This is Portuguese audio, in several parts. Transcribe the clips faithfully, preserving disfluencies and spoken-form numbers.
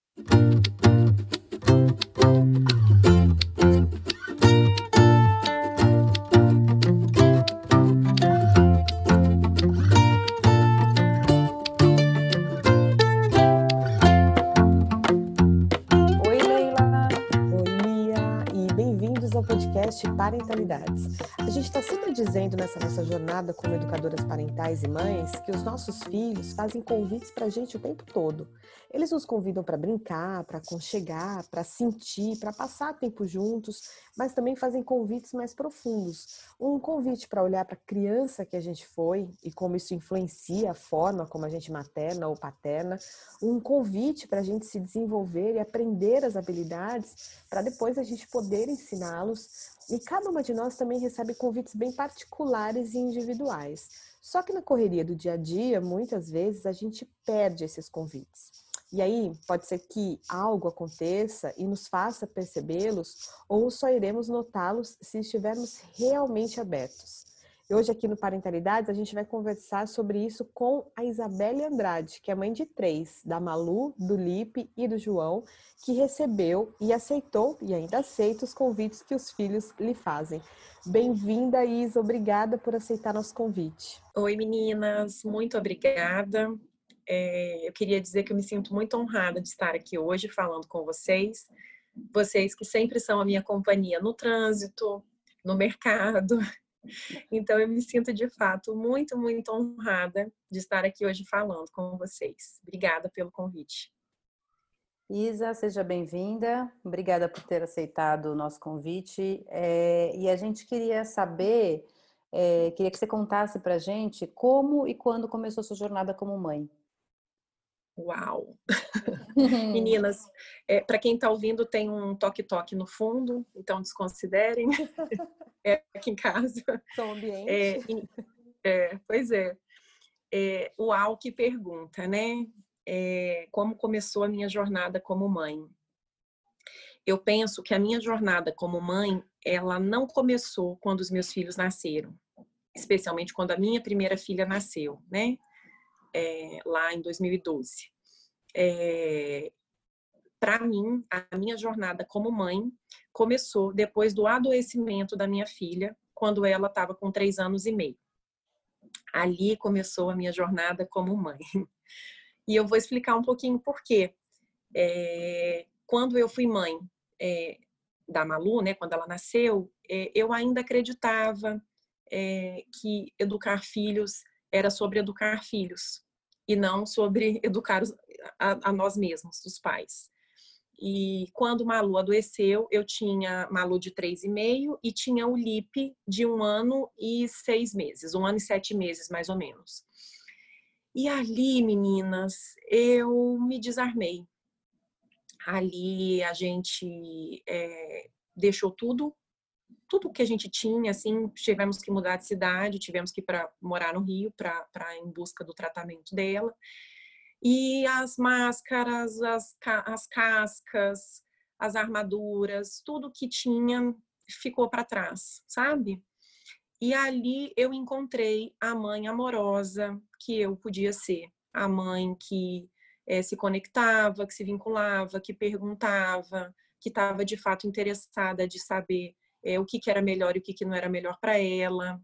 Parentalidades. A gente está sempre dizendo nessa nossa jornada como educadoras parentais e mães que os nossos filhos fazem convites para a gente o tempo todo. Eles nos convidam para brincar, para aconchegar, para sentir, para passar tempo juntos, mas também fazem convites mais profundos. Um convite para olhar para a criança que a gente foi e como isso influencia a forma como a gente materna ou paterna. Um convite para a gente se desenvolver e aprender as habilidades para depois a gente poder ensiná-los. E cada uma de nós também recebe convites bem particulares e individuais. Só que na correria do dia a dia, muitas vezes, a gente perde esses convites. E aí, pode ser que algo aconteça e nos faça percebê-los, ou só iremos notá-los se estivermos realmente abertos. E hoje aqui no Parentalidades, a gente vai conversar sobre isso com a Isabelle Andrade, que é mãe de três, da Malu, do Lipe e do João, que recebeu e aceitou, e ainda aceita, os convites que os filhos lhe fazem. Bem-vinda, Isa, obrigada por aceitar nosso convite. Oi, meninas, muito obrigada. É, eu queria dizer que eu me sinto muito honrada de estar aqui hoje falando com vocês, vocês que sempre são a minha companhia no trânsito, no mercado. Então, eu me sinto, de fato, muito, muito honrada de estar aqui hoje falando com vocês. Obrigada pelo convite. Isa, seja bem-vinda. Obrigada por ter aceitado o nosso convite. É, e a gente queria saber, é, queria que você contasse pra gente como e quando começou a sua jornada como mãe. Uau! Meninas, é, para quem está ouvindo, tem um toque-toque no fundo, então desconsiderem. É aqui em casa. Som ambiente. É, é, pois é. é. Uau, que pergunta, né? É, como começou a minha jornada como mãe? Eu penso que a minha jornada como mãe, ela não começou quando os meus filhos nasceram. Especialmente quando a minha primeira filha nasceu, né? É, lá em dois mil e doze. É, para mim, a minha jornada como mãe começou depois do adoecimento da minha filha, quando ela estava com três anos e meio. Ali começou a minha jornada como mãe. E eu vou explicar um pouquinho por quê. É, quando eu fui mãe é, da Malu, né, quando ela nasceu, é, eu ainda acreditava é, que educar filhos era sobre educar filhos e não sobre educar os, a, a nós mesmos, os pais. E quando Malu adoeceu, eu tinha Malu de três e meio e tinha o Lipe de um ano e seis meses, um ano e sete meses mais ou menos. E ali, meninas, eu me desarmei. Ali a gente é, deixou tudo, tudo que a gente tinha, assim, tivemos que mudar de cidade, tivemos que ir para morar no Rio para em busca do tratamento dela. E as máscaras, as, as cascas, as armaduras, tudo que tinha ficou para trás, sabe? E ali eu encontrei a mãe amorosa que eu podia ser. A mãe que é, se conectava, que se vinculava, que perguntava, que estava de fato interessada de saber é, o que, que era melhor e o que, que não era melhor para ela.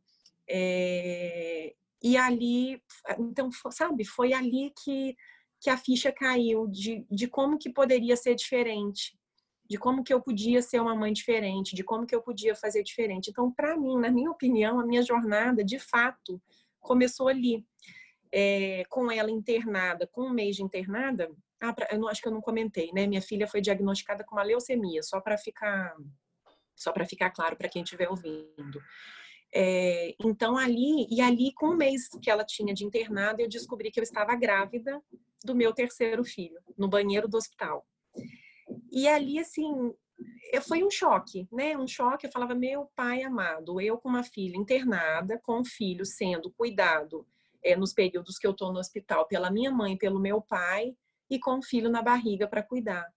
É, e ali, então, sabe, foi ali que, que a ficha caiu de, de como que poderia ser diferente, de como que eu podia ser uma mãe diferente, de como que eu podia fazer diferente. Então, para mim, na minha opinião, a minha jornada, de fato, começou ali. É, com ela internada, com um mês de internada, ah, pra, eu não, acho que eu não comentei, né? Minha filha foi diagnosticada com uma leucemia, só para ficar, só para ficar claro para quem estiver ouvindo. É, então, ali, e ali, com um mês que ela tinha de internada, eu descobri que eu estava grávida do meu terceiro filho, no banheiro do hospital. E ali, assim, foi um choque, né? Um choque, eu falava, meu pai amado, eu com uma filha internada, com um filho sendo cuidado é, nos períodos que eu estou no hospital pela minha mãe, pelo meu pai, e com um filho na barriga para cuidar.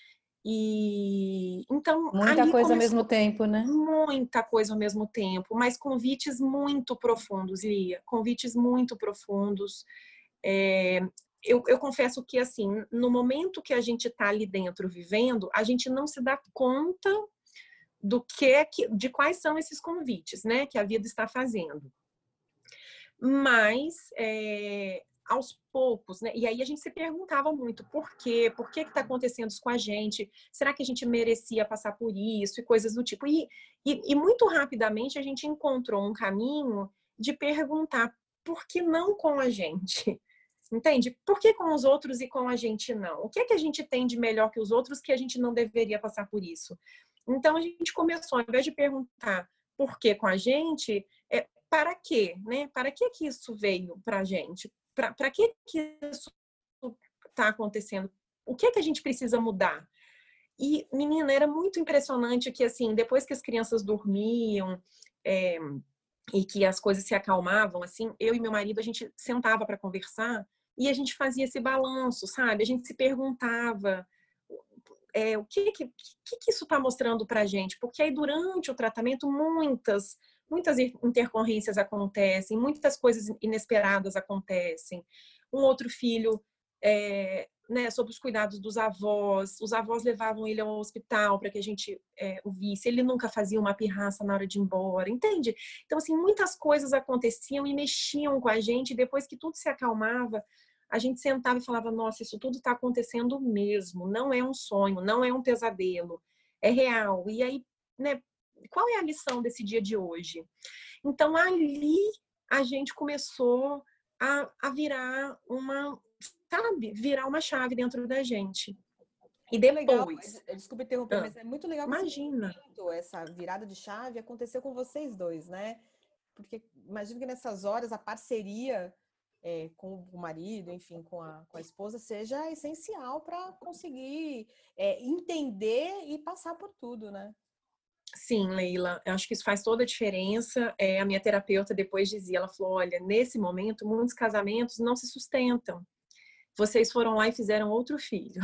E então muita ali coisa começou, ao mesmo tempo, né? Muita coisa ao mesmo tempo, mas convites muito profundos, Lia, convites muito profundos. É, eu, eu confesso que, assim, no momento que a gente está ali dentro vivendo, a gente não se dá conta do que é que, de quais são esses convites, né, que a vida está fazendo. Mas, é, aos poucos, né, e aí a gente se perguntava muito por quê, por que está acontecendo isso com a gente, será que a gente merecia passar por isso e coisas do tipo. E, e, e muito rapidamente a gente encontrou um caminho de perguntar por que não com a gente? Entende? Por que com os outros e com a gente não? O que é que a gente tem de melhor que os outros que a gente não deveria passar por isso? Então a gente começou, ao invés de perguntar por que com a gente, é, para quê, né? Para que que isso veio para a gente? Para que que isso está acontecendo? O que que a gente precisa mudar? E, menina, era muito impressionante que, assim, depois que as crianças dormiam, é, e que as coisas se acalmavam, assim, eu e meu marido, a gente sentava para conversar e a gente fazia esse balanço, sabe? A gente se perguntava é, o que que, que, que isso está mostrando para a gente? Porque aí, durante o tratamento, muitas, muitas intercorrências acontecem, muitas coisas inesperadas acontecem. Um outro filho... É, né, sobre os cuidados dos avós, os avós levavam ele ao hospital para que a gente é, o visse, ele nunca fazia uma pirraça na hora de ir embora, entende? Então, assim, muitas coisas aconteciam e mexiam com a gente, e depois que tudo se acalmava, a gente sentava e falava, nossa, isso tudo está acontecendo mesmo, não é um sonho, não é um pesadelo, é real. E aí, né, qual é a lição desse dia de hoje? Então, ali a gente começou a, a virar uma... sabe, virar uma chave dentro da gente. E depois... Legal. Desculpa interromper, ah, mas é muito legal que imagina. essa virada de chave aconteceu com vocês dois, né? Porque imagino que nessas horas a parceria é, com o marido, enfim, com a, com a esposa, seja essencial para conseguir é, entender e passar por tudo, né? Sim, Leila, eu acho que isso faz toda a diferença. É, a minha terapeuta depois dizia, ela falou, olha, nesse momento, muitos casamentos não se sustentam. Vocês foram lá e fizeram outro filho.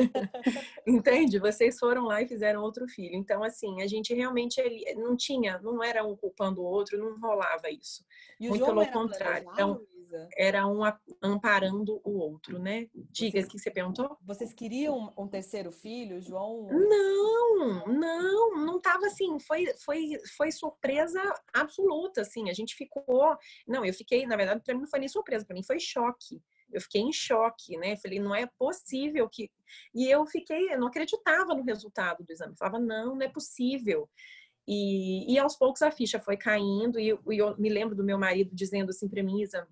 Entende? Vocês foram lá e fizeram outro filho. Então, assim, a gente realmente não tinha, não era um culpando o outro, não rolava isso. E o muito João pelo era contrário. Então, era um amparando o outro, né? Diga, o que você perguntou? Vocês queriam um terceiro filho, João? Não, não, não tava assim, foi, foi, foi surpresa absoluta, assim, a gente ficou, não, eu fiquei, na verdade, para mim não foi nem surpresa, para mim foi choque. Eu fiquei em choque, né? Falei, não é possível que... E eu fiquei, eu não acreditava no resultado do exame. Eu falava, não, não é possível. E, e aos poucos a ficha foi caindo e eu, eu me lembro do meu marido dizendo assim para mim, Isa,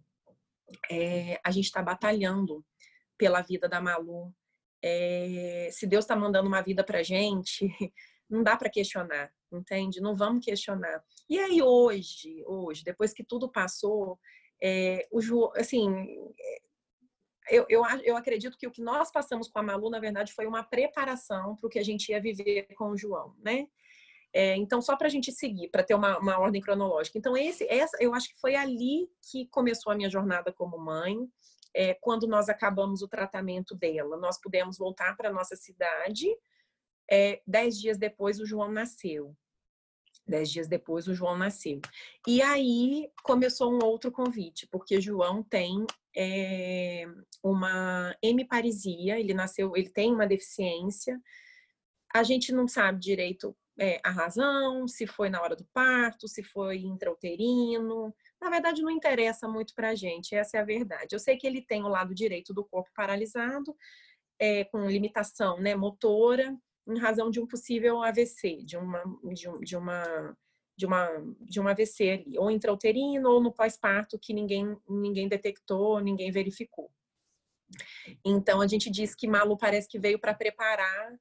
é, a gente está batalhando pela vida da Malu. É, se Deus está mandando uma vida pra gente, não dá para questionar, entende? Não vamos questionar. E aí hoje, hoje, depois que tudo passou, é, o João, assim... Eu, eu, eu acredito que o que nós passamos com a Malu, na verdade, foi uma preparação para o que a gente ia viver com o João, né? É, então, só para a gente seguir, para ter uma, uma ordem cronológica. Então, esse, essa, eu acho que foi ali que começou a minha jornada como mãe, é, quando nós acabamos o tratamento dela. Nós pudemos voltar para a nossa cidade. É, dez dias depois, o João nasceu. Dez dias depois, o João nasceu. E aí, começou um outro convite, porque o João tem... É uma hemiparesia, ele nasceu, ele tem uma deficiência, a gente não sabe direito é, a razão, se foi na hora do parto, se foi intrauterino, na verdade não interessa muito pra gente, essa é a verdade. Eu sei que ele tem o lado direito do corpo paralisado, é, com limitação, né, motora, em razão de um possível A V C, de uma... De, um, de uma de uma de um A V C ali, ou intrauterino ou no pós-parto que ninguém ninguém detectou, ninguém verificou. Então a gente diz que Malu parece que veio para preparar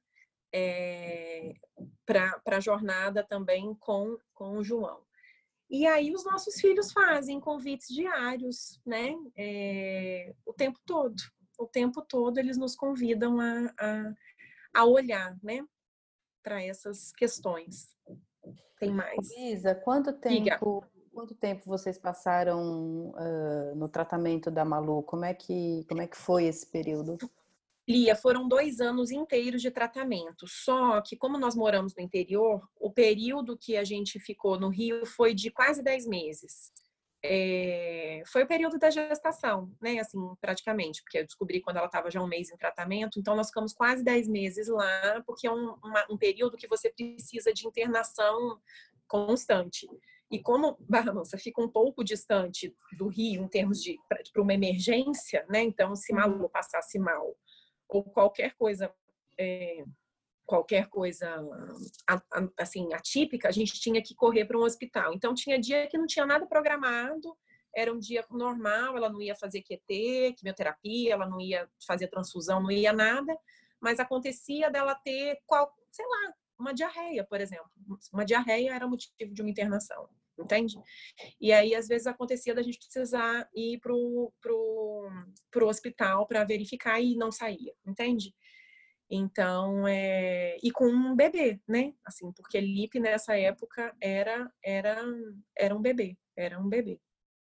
é, para a jornada também com com o João. E aí os nossos filhos fazem convites diários, né? É, o tempo todo, o tempo todo eles nos convidam a, a, a olhar, né? Para essas questões. Tem mais. Isa, quanto tempo, quanto tempo vocês passaram uh, no tratamento da Malu? Como é que, como é que foi esse período? Lia, foram dois anos inteiros de tratamento. Só que, como nós moramos no interior, o período que a gente ficou no Rio foi de quase dez meses. é, foi o período da gestação, né? Assim, praticamente, porque eu descobri quando ela estava já um mês em tratamento, então nós ficamos quase dez meses lá, porque é um, uma, um período que você precisa de internação constante. E como Barra Mansa fica um pouco distante do Rio em termos de para uma emergência, né? Então, se Malu passasse mal ou qualquer coisa é, qualquer coisa assim atípica, a gente tinha que correr para um hospital. Então tinha dia que não tinha nada programado, era um dia normal, ela não ia fazer Q T, quimioterapia, ela não ia fazer transfusão, não ia nada, mas acontecia dela ter qual, sei lá, uma diarreia, por exemplo. Uma diarreia era motivo de uma internação, entende? E aí às vezes acontecia da gente precisar ir pro pro pro hospital para verificar e não saía, entende? Então, é... e com um bebê, né? Assim, porque Lipe nessa época era, era, era um bebê, era um bebê.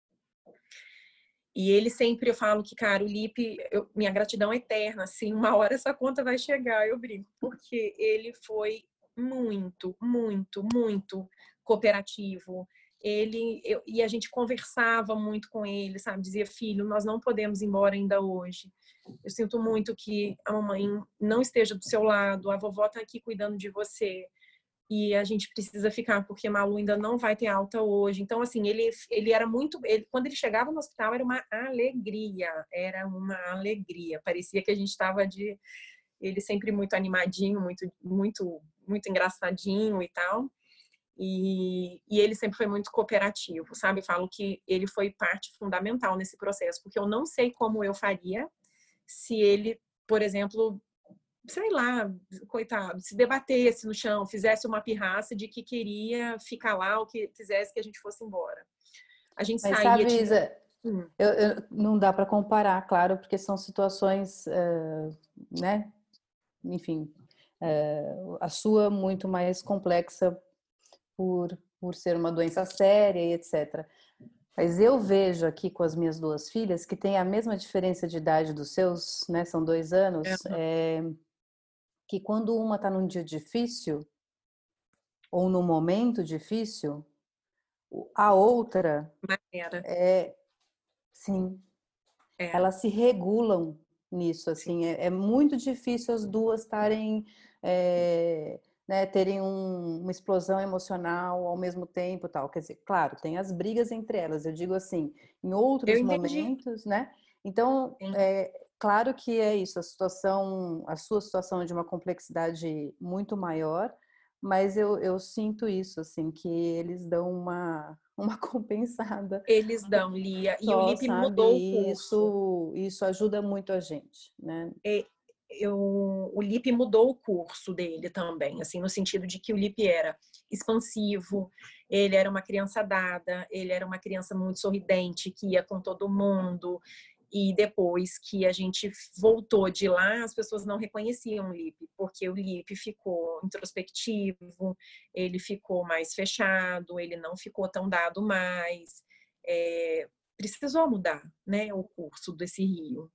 E ele sempre, eu falo que, cara, o Lipe, eu, minha gratidão é eterna, assim, uma hora essa conta vai chegar, eu brinco, porque ele foi muito, muito, muito cooperativo. Ele, eu, e a gente conversava muito com ele, sabe? Dizia, filho, nós não podemos ir embora ainda hoje. Eu sinto muito que a mamãe não esteja do seu lado, a vovó está aqui cuidando de você e a gente precisa ficar porque Malu ainda não vai ter alta hoje. Então, assim, ele, ele era muito... Ele, quando ele chegava no hospital, era uma alegria, era uma alegria. Parecia que a gente estava de... Ele sempre muito animadinho, muito, muito, muito engraçadinho e tal. E, e ele sempre foi muito cooperativo, sabe? Eu falo que ele foi parte fundamental nesse processo, porque eu não sei como eu faria se ele, por exemplo, sei lá, coitado, se debatesse no chão, fizesse uma pirraça de que queria ficar lá ou que quisesse que a gente fosse embora. A gente Mas saía... sabe, tinha... Isa, hum. eu, eu, não dá para comparar, claro, porque são situações, uh, né? Enfim, uh, a sua muito mais complexa por, por ser uma doença séria e etcétera. Mas eu vejo aqui com as minhas duas filhas, que tem a mesma diferença de idade dos seus, né? São dois anos, uhum. é, que quando uma está num dia difícil, ou num momento difícil, a outra Maneira. é, sim, é. Elas se regulam nisso, assim, é, é muito difícil as duas estarem... É, né, terem um, uma explosão emocional ao mesmo tempo, tal. Quer dizer, claro, tem as brigas entre elas. Eu digo assim, em outros momentos, né? Então, é claro que é isso. A situação, a sua situação é de uma complexidade muito maior, mas eu, eu sinto isso, assim, que eles dão uma uma compensada. Eles dão, Lia. E Só, o Lipe sabe, mudou o curso. Isso, isso ajuda muito a gente, né? É, eu, o Lipe mudou o curso dele também, assim, no sentido de que o Lipe era expansivo, ele era uma criança dada, ele era uma criança muito sorridente, que ia com todo mundo, e depois que a gente voltou de lá, as pessoas não reconheciam o Lipe, porque o Lipe ficou introspectivo, ele ficou mais fechado, ele não ficou tão dado mais, é, precisou mudar, né, o curso desse Rio.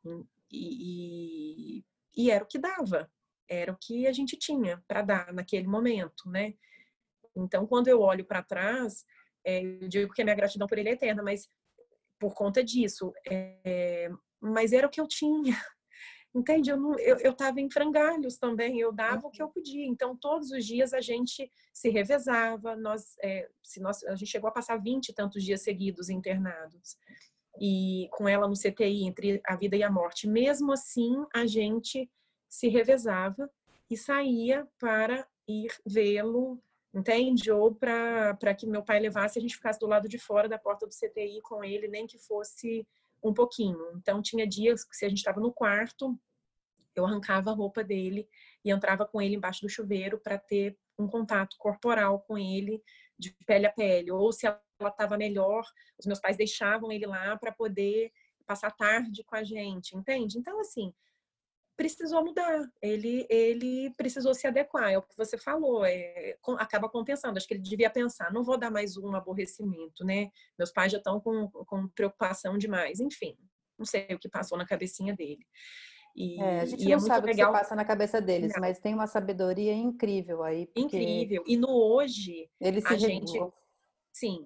E, e, e era o que dava, era o que a gente tinha para dar naquele momento, né? Então, quando eu olho para trás, é, eu digo que a minha gratidão por ele é eterna, mas por conta disso, é, mas era o que eu tinha, entende? Eu não, eu, eu tava em frangalhos também, eu dava o que eu podia. Então, todos os dias a gente se revezava, nós, é, se nós, a gente chegou a passar vinte e tantos dias seguidos internados. E com ela no C T I, entre a vida e a morte. Mesmo assim, a gente se revezava e saía para ir vê-lo, entende? Ou para que meu pai levasse, a gente ficasse do lado de fora da porta do C T I com ele, nem que fosse um pouquinho. Então, tinha dias que se a gente estava no quarto, eu arrancava a roupa dele e entrava com ele embaixo do chuveiro para ter um contato corporal com ele, de pele a pele. Ou se ela estava melhor, os meus pais deixavam ele lá para poder passar a tarde com a gente, entende? Então, assim, precisou mudar. Ele, ele precisou se adequar. É o que você falou. É, acaba compensando. Acho que ele devia pensar, não vou dar mais um aborrecimento, né? Meus pais já estão com, com preocupação demais. Enfim, não sei o que passou na cabecinha dele. E, é, a gente e não é muito sabe legal. O que se passa na cabeça deles, não. Mas tem uma sabedoria incrível aí. Porque incrível. E no hoje, ele se a gente... regula. Sim,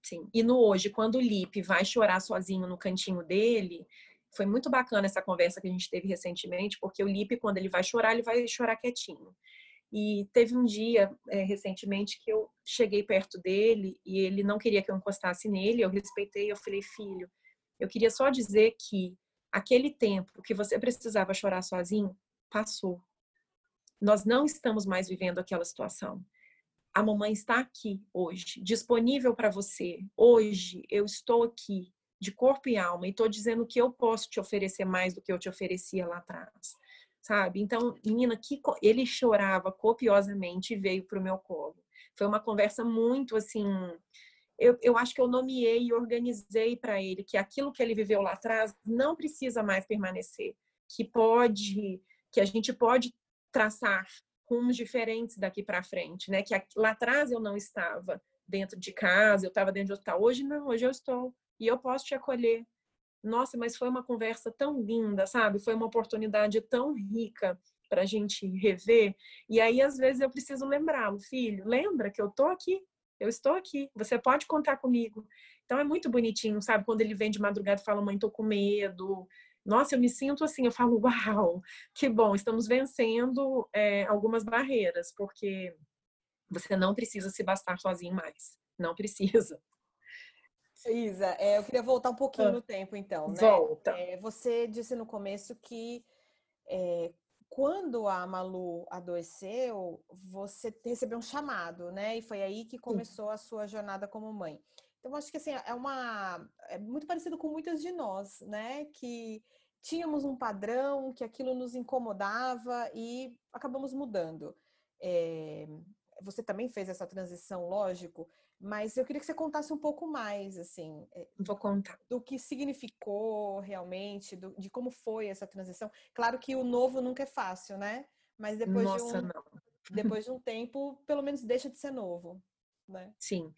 sim. E no hoje, quando o Lipe vai chorar sozinho no cantinho dele, foi muito bacana essa conversa que a gente teve recentemente, porque o Lipe, quando ele vai chorar, ele vai chorar quietinho. E teve um dia, é, recentemente, que eu cheguei perto dele e ele não queria que eu encostasse nele, eu respeitei, eu falei, filho, eu queria só dizer que aquele tempo que você precisava chorar sozinho, passou. Nós não estamos mais vivendo aquela situação. A mamãe está aqui hoje, disponível para você. Hoje eu estou aqui, de corpo e alma, e estou dizendo que eu posso te oferecer mais do que eu te oferecia lá atrás. Sabe? Então, menina, que ele chorava copiosamente e veio para o meu colo. Foi uma conversa muito assim. Eu, eu acho que eu nomeei e organizei para ele que aquilo que ele viveu lá atrás não precisa mais permanecer, que pode, que a gente pode traçar rumos diferentes daqui para frente, né? Que lá atrás eu não estava dentro de casa, eu estava dentro de hospital. Hoje não, hoje eu estou e eu posso te acolher. Nossa, mas foi uma conversa tão linda, sabe? Foi uma oportunidade tão rica para a gente rever. E aí, às vezes, eu preciso lembrá-lo, filho, lembra que eu tô aqui, eu estou aqui, você pode contar comigo. Então, é muito bonitinho, sabe? Quando ele vem de madrugada e fala, mãe, tô com medo. Nossa, eu me sinto assim, eu falo, uau, que bom, estamos vencendo é, algumas barreiras, porque você não precisa se bastar sozinho mais. Não precisa. Isa, é, eu queria voltar um pouquinho no tempo, então, né? Volta. É, você disse no começo que é, quando a Malu adoeceu, você recebeu um chamado, né? E foi aí que começou a sua jornada como mãe. Então, acho que assim, é uma é muito parecido com muitas de nós, né? Que tínhamos um padrão, que aquilo nos incomodava e acabamos mudando. É, você também fez essa transição, lógico, mas eu queria que você contasse um pouco mais, assim, Vou contar. do que significou realmente, do, de como foi essa transição. Claro que o novo nunca é fácil, né? Mas depois Nossa, de um, não. depois de um tempo, pelo menos deixa de ser novo, né? Sim.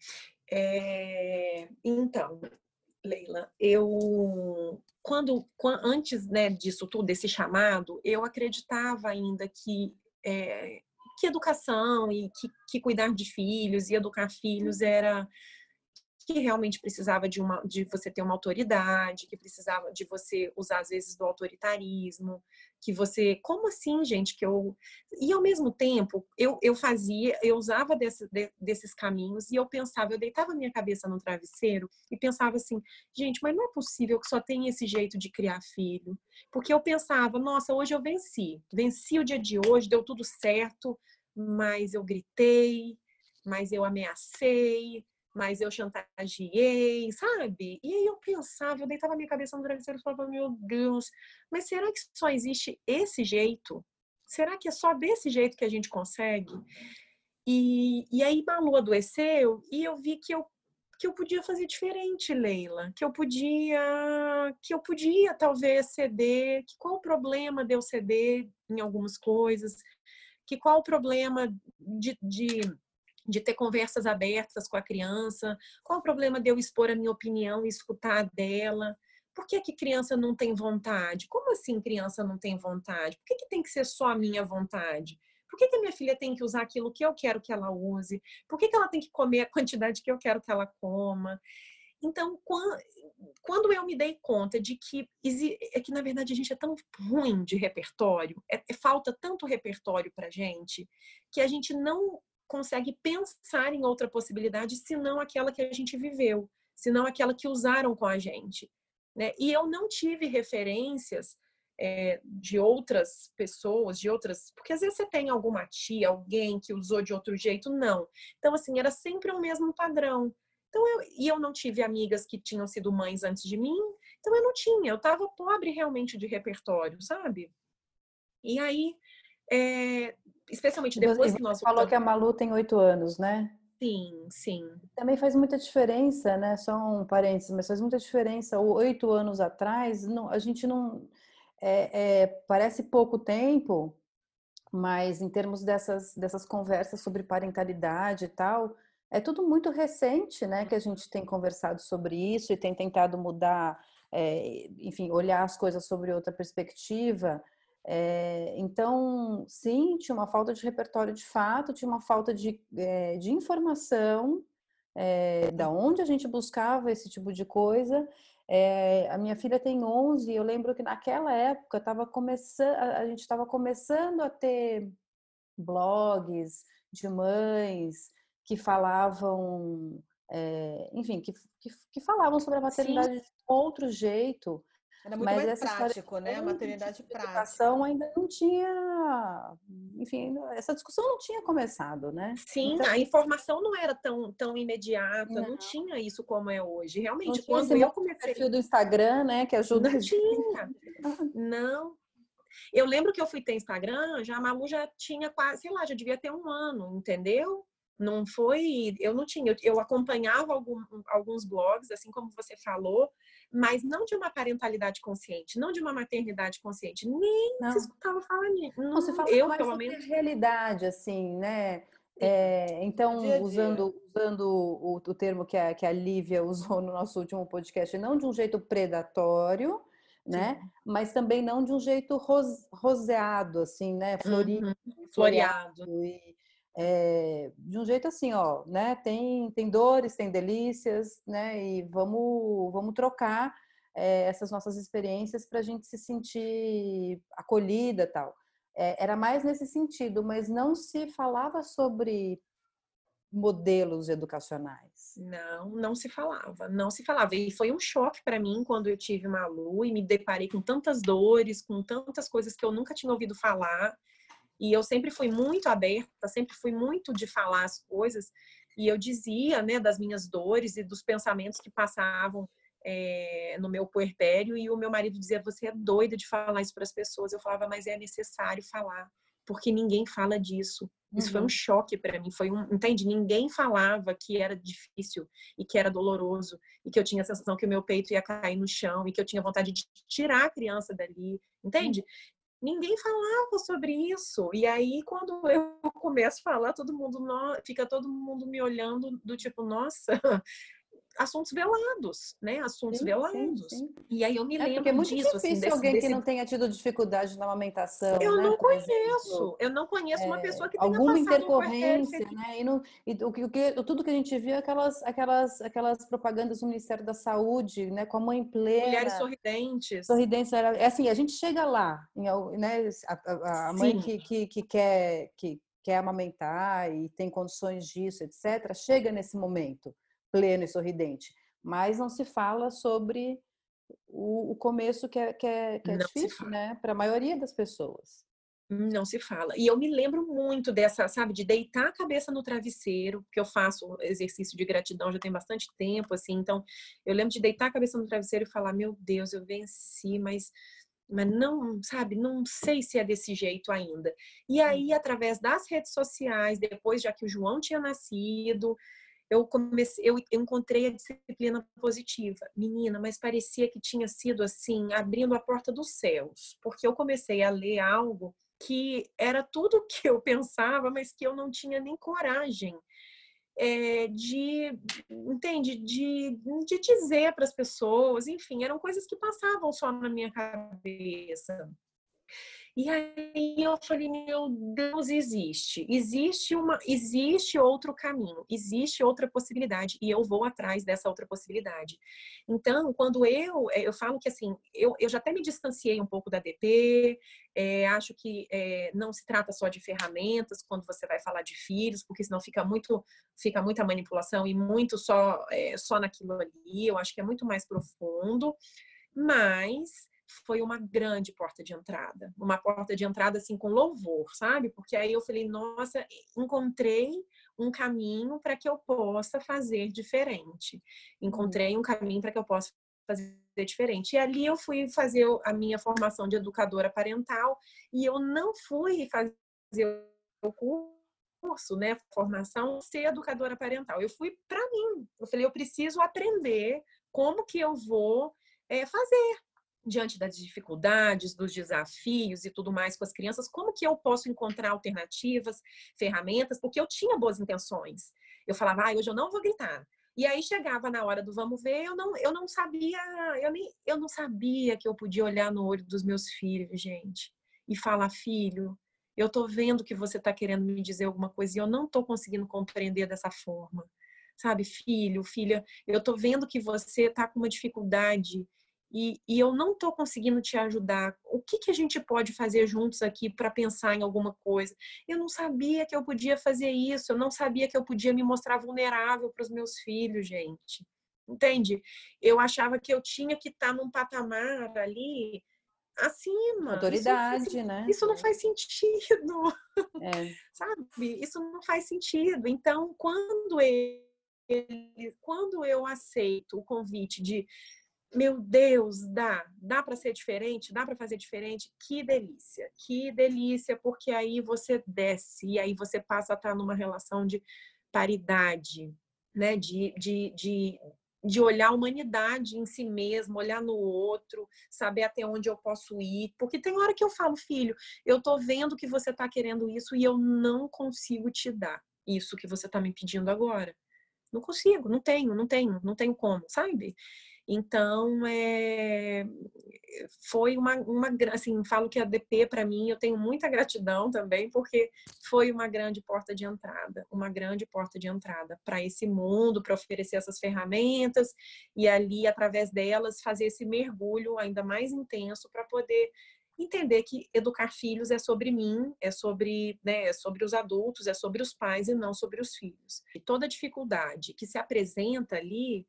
É... Então, Leila, eu quando, quando antes, né, disso tudo, desse chamado, eu acreditava ainda que é, que educação e que, que cuidar de filhos e educar filhos era que realmente precisava de uma de você ter uma autoridade, que precisava de você usar às vezes do autoritarismo, que você, como assim, gente, que eu e ao mesmo tempo eu, eu fazia, eu usava desse, de, desses caminhos e eu pensava, eu deitava minha cabeça no travesseiro e pensava assim, gente, mas não é possível que só tenha esse jeito de criar filho, porque eu pensava, nossa, hoje eu venci, venci o dia de hoje, deu tudo certo, mas eu gritei, mas eu ameacei, mas eu chantageei, sabe? E aí eu pensava, eu deitava minha cabeça no travesseiro e falava, meu Deus, mas será que só existe esse jeito? Será que é só desse jeito que a gente consegue? E, e aí Malu adoeceu e eu vi que eu que eu podia fazer diferente, Leila, que eu podia que eu podia talvez ceder, que qual o problema de eu ceder em algumas coisas, que qual o problema de, de de ter conversas abertas com a criança, qual o problema de eu expor a minha opinião e escutar a dela? Por que que criança não tem vontade? Como assim criança não tem vontade? Por que que tem que ser só a minha vontade? Por que que a minha filha tem que usar aquilo que eu quero que ela use? Por que que ela tem que comer a quantidade que eu quero que ela coma? Então, quando eu me dei conta de que é que na verdade a gente é tão ruim de repertório, é, é falta tanto repertório pra gente, que a gente não consegue pensar em outra possibilidade senão aquela que a gente viveu, senão aquela que usaram com a gente, né? E eu não tive referências é, de outras pessoas, de outras... Porque às vezes você tem alguma tia, alguém que usou de outro jeito, não. Então, assim, era sempre o mesmo padrão. Então, eu, e eu não tive amigas que tinham sido mães antes de mim, então eu não tinha, eu estava pobre realmente de repertório, sabe? E aí, é, especialmente depois E que você nós falou voltamos. que a Malu tem oito anos, né? Sim, sim. Também faz muita diferença, né? Só um parênteses, mas faz muita diferença. Oito anos atrás, não, a gente não... É, é, parece pouco tempo, mas em termos dessas, dessas conversas sobre parentalidade e tal, é tudo muito recente, né? Que a gente tem conversado sobre isso e tem tentado mudar, é, enfim, olhar as coisas sobre outra perspectiva. É, então, sim, tinha uma falta de repertório de fato, tinha uma falta de, é, de informação, é, da onde a gente buscava esse tipo de coisa. É, a minha filha tem onze, eu lembro que naquela época tava começando, a gente estava começando a ter blogs de mães que falavam, é, enfim, que, que, que falavam sobre a Sim, maternidade de outro jeito, Era muito mas mais essa história prático, né? A de maternidade tipo de prática. educação ainda não tinha, enfim, essa discussão não tinha começado, né? sim, Então, a informação não era tão, tão imediata, não não, tinha isso como é hoje. não Realmente, tinha esse quando eu monte de comecei, perfil do Instagram, né, que ajuda não a gente. tinha, não. Eu lembro que eu fui ter Instagram, já a Malu já tinha quase, sei lá, já devia ter um ano, entendeu? Não foi, eu não tinha, eu, eu acompanhava algum, alguns blogs, assim como você falou, mas não de uma parentalidade consciente, não de uma maternidade consciente, nem se Não, escutava falar nisso. não se Não, falava eu, mais pelo sobre a menos, realidade, assim, né? sim. É, O dia então, a dia. usando, usando o, o termo que a, que a Lívia usou no nosso último podcast, não de um jeito predatório, né? Sim. Mas também não de um jeito ros, roseado, assim, né? Florido, Uhum. floreado Floreado. e é, de um jeito assim, ó, né? Tem, tem dores, tem delícias, né? E vamos, vamos trocar é, essas nossas experiências para a gente se sentir acolhida, tal. É, era mais nesse sentido, mas não se falava sobre modelos educacionais. Não, não se falava, não se falava. E foi um choque para mim quando eu tive Malu e me deparei com tantas dores, com tantas coisas que eu nunca tinha ouvido falar. E eu sempre fui muito aberta, sempre fui muito de falar as coisas. E eu dizia, né, das minhas dores e dos pensamentos que passavam é, no meu puerpério. E o meu marido dizia: você é doida de falar isso para as pessoas. Eu falava: mas é necessário falar, porque ninguém fala disso. Isso foi um Uhum. choque para mim. Foi um, entende? Ninguém falava que era difícil e que era doloroso e que eu tinha a sensação que o meu peito ia cair no chão e que eu tinha vontade de tirar a criança dali, entende? Ninguém falava sobre isso. E aí, quando eu começo a falar, todo mundo no... fica todo mundo me olhando do tipo, nossa, assuntos velados, né? Assuntos Sim, sim, velados. sim. E aí eu me É porque é lembro muito disso, assim, difícil desse, alguém que desse... não tenha tido dificuldade na amamentação, Eu né? não Por exemplo, conheço, eu não conheço uma pessoa que tenha alguma passado um puerpério intercorrência, feliz. né? E, não, e o que, o que, tudo que a gente viu é aquelas, aquelas, aquelas propagandas do Ministério da Saúde, né? Com a mãe Mulheres plena, sorridentes. sorridência. É assim, a gente chega lá, em, né? A, a mãe Sim, que, que, que quer que quer amamentar e tem condições disso, etcétera, chega nesse momento pleno e sorridente, mas não se fala sobre o, o começo que é, que é, que é não se difícil, fala. né? Para a maioria das pessoas. Não se fala. E eu me lembro muito dessa, sabe, de deitar a cabeça no travesseiro, porque eu faço exercício de gratidão já tem bastante tempo, assim. Então, eu lembro de deitar a cabeça no travesseiro e falar: meu Deus, eu venci, mas, mas não, sabe, não sei se é desse jeito ainda. E aí, através das redes sociais, depois já que o João tinha nascido, eu comecei, eu encontrei a disciplina positiva. Menina, mas parecia que tinha sido assim, abrindo a porta dos céus, porque eu comecei a ler algo que era tudo o que eu pensava, mas que eu não tinha nem coragem é, de, entende, de, de dizer para as pessoas. Enfim, eram coisas que passavam só na minha cabeça. E aí eu falei: meu Deus, existe. Existe uma, existe outro caminho, existe outra possibilidade e eu vou atrás dessa outra possibilidade. Então, quando eu eu falo que assim, eu, eu já até me distanciei um pouco da D P, é, acho que é, não se trata só de ferramentas quando você vai falar de filhos, porque senão fica muito fica muita manipulação e muito só é, só naquilo ali. Eu acho que é muito mais profundo, mas foi uma grande porta de entrada. Uma porta de entrada, assim, com louvor, sabe? Porque aí eu falei: nossa, encontrei um caminho para que eu possa fazer diferente. Encontrei um caminho para que eu possa fazer diferente. E ali eu fui fazer a minha formação de educadora parental e eu não fui fazer o curso, né, formação, ser educadora parental. Eu fui para mim. Eu falei: eu preciso aprender como que eu vou é, fazer diante das dificuldades, dos desafios e tudo mais com as crianças, como que eu posso encontrar alternativas, ferramentas, porque eu tinha boas intenções. Eu falava: ah, hoje eu não vou gritar. E aí chegava na hora do vamos ver, eu não, eu não sabia, eu, nem, eu não sabia que eu podia olhar no olho dos meus filhos, gente, e falar: filho, eu tô vendo que você tá querendo me dizer alguma coisa e eu não tô conseguindo compreender dessa forma. sabe? Filho, filha, eu tô vendo que você tá com uma dificuldade e, e eu não tô conseguindo te ajudar. O que que a gente pode fazer juntos aqui para pensar em alguma coisa? Eu não sabia que eu podia fazer isso, eu não sabia que eu podia me mostrar vulnerável para os meus filhos, gente. Entende? Eu achava que eu tinha que estar num patamar ali acima. Isso não faz, Autoridade, né? isso não faz sentido, É. sabe? Isso não faz sentido. Então, quando ele, quando eu aceito o convite de, meu Deus, dá, dá para ser diferente, dá para fazer diferente, que delícia, que delícia, porque aí você desce e aí você passa a estar numa relação de paridade, né? De, de, de, de olhar a humanidade em si mesmo, olhar no outro, saber até onde eu posso ir. Porque tem hora que eu falo, filho, eu tô vendo que você tá querendo isso e eu não consigo te dar isso que você tá me pedindo agora. Não consigo, não tenho, não tenho, não tenho como, sabe? Então, é, foi uma, uma, assim, falo que a D P, para mim, eu tenho muita gratidão também, porque foi uma grande porta de entrada, uma grande porta de entrada para esse mundo, para oferecer essas ferramentas e ali, através delas, fazer esse mergulho ainda mais intenso para poder entender que educar filhos é sobre mim, é sobre, né, é sobre os adultos, é sobre os pais e não sobre os filhos. E toda dificuldade que se apresenta ali,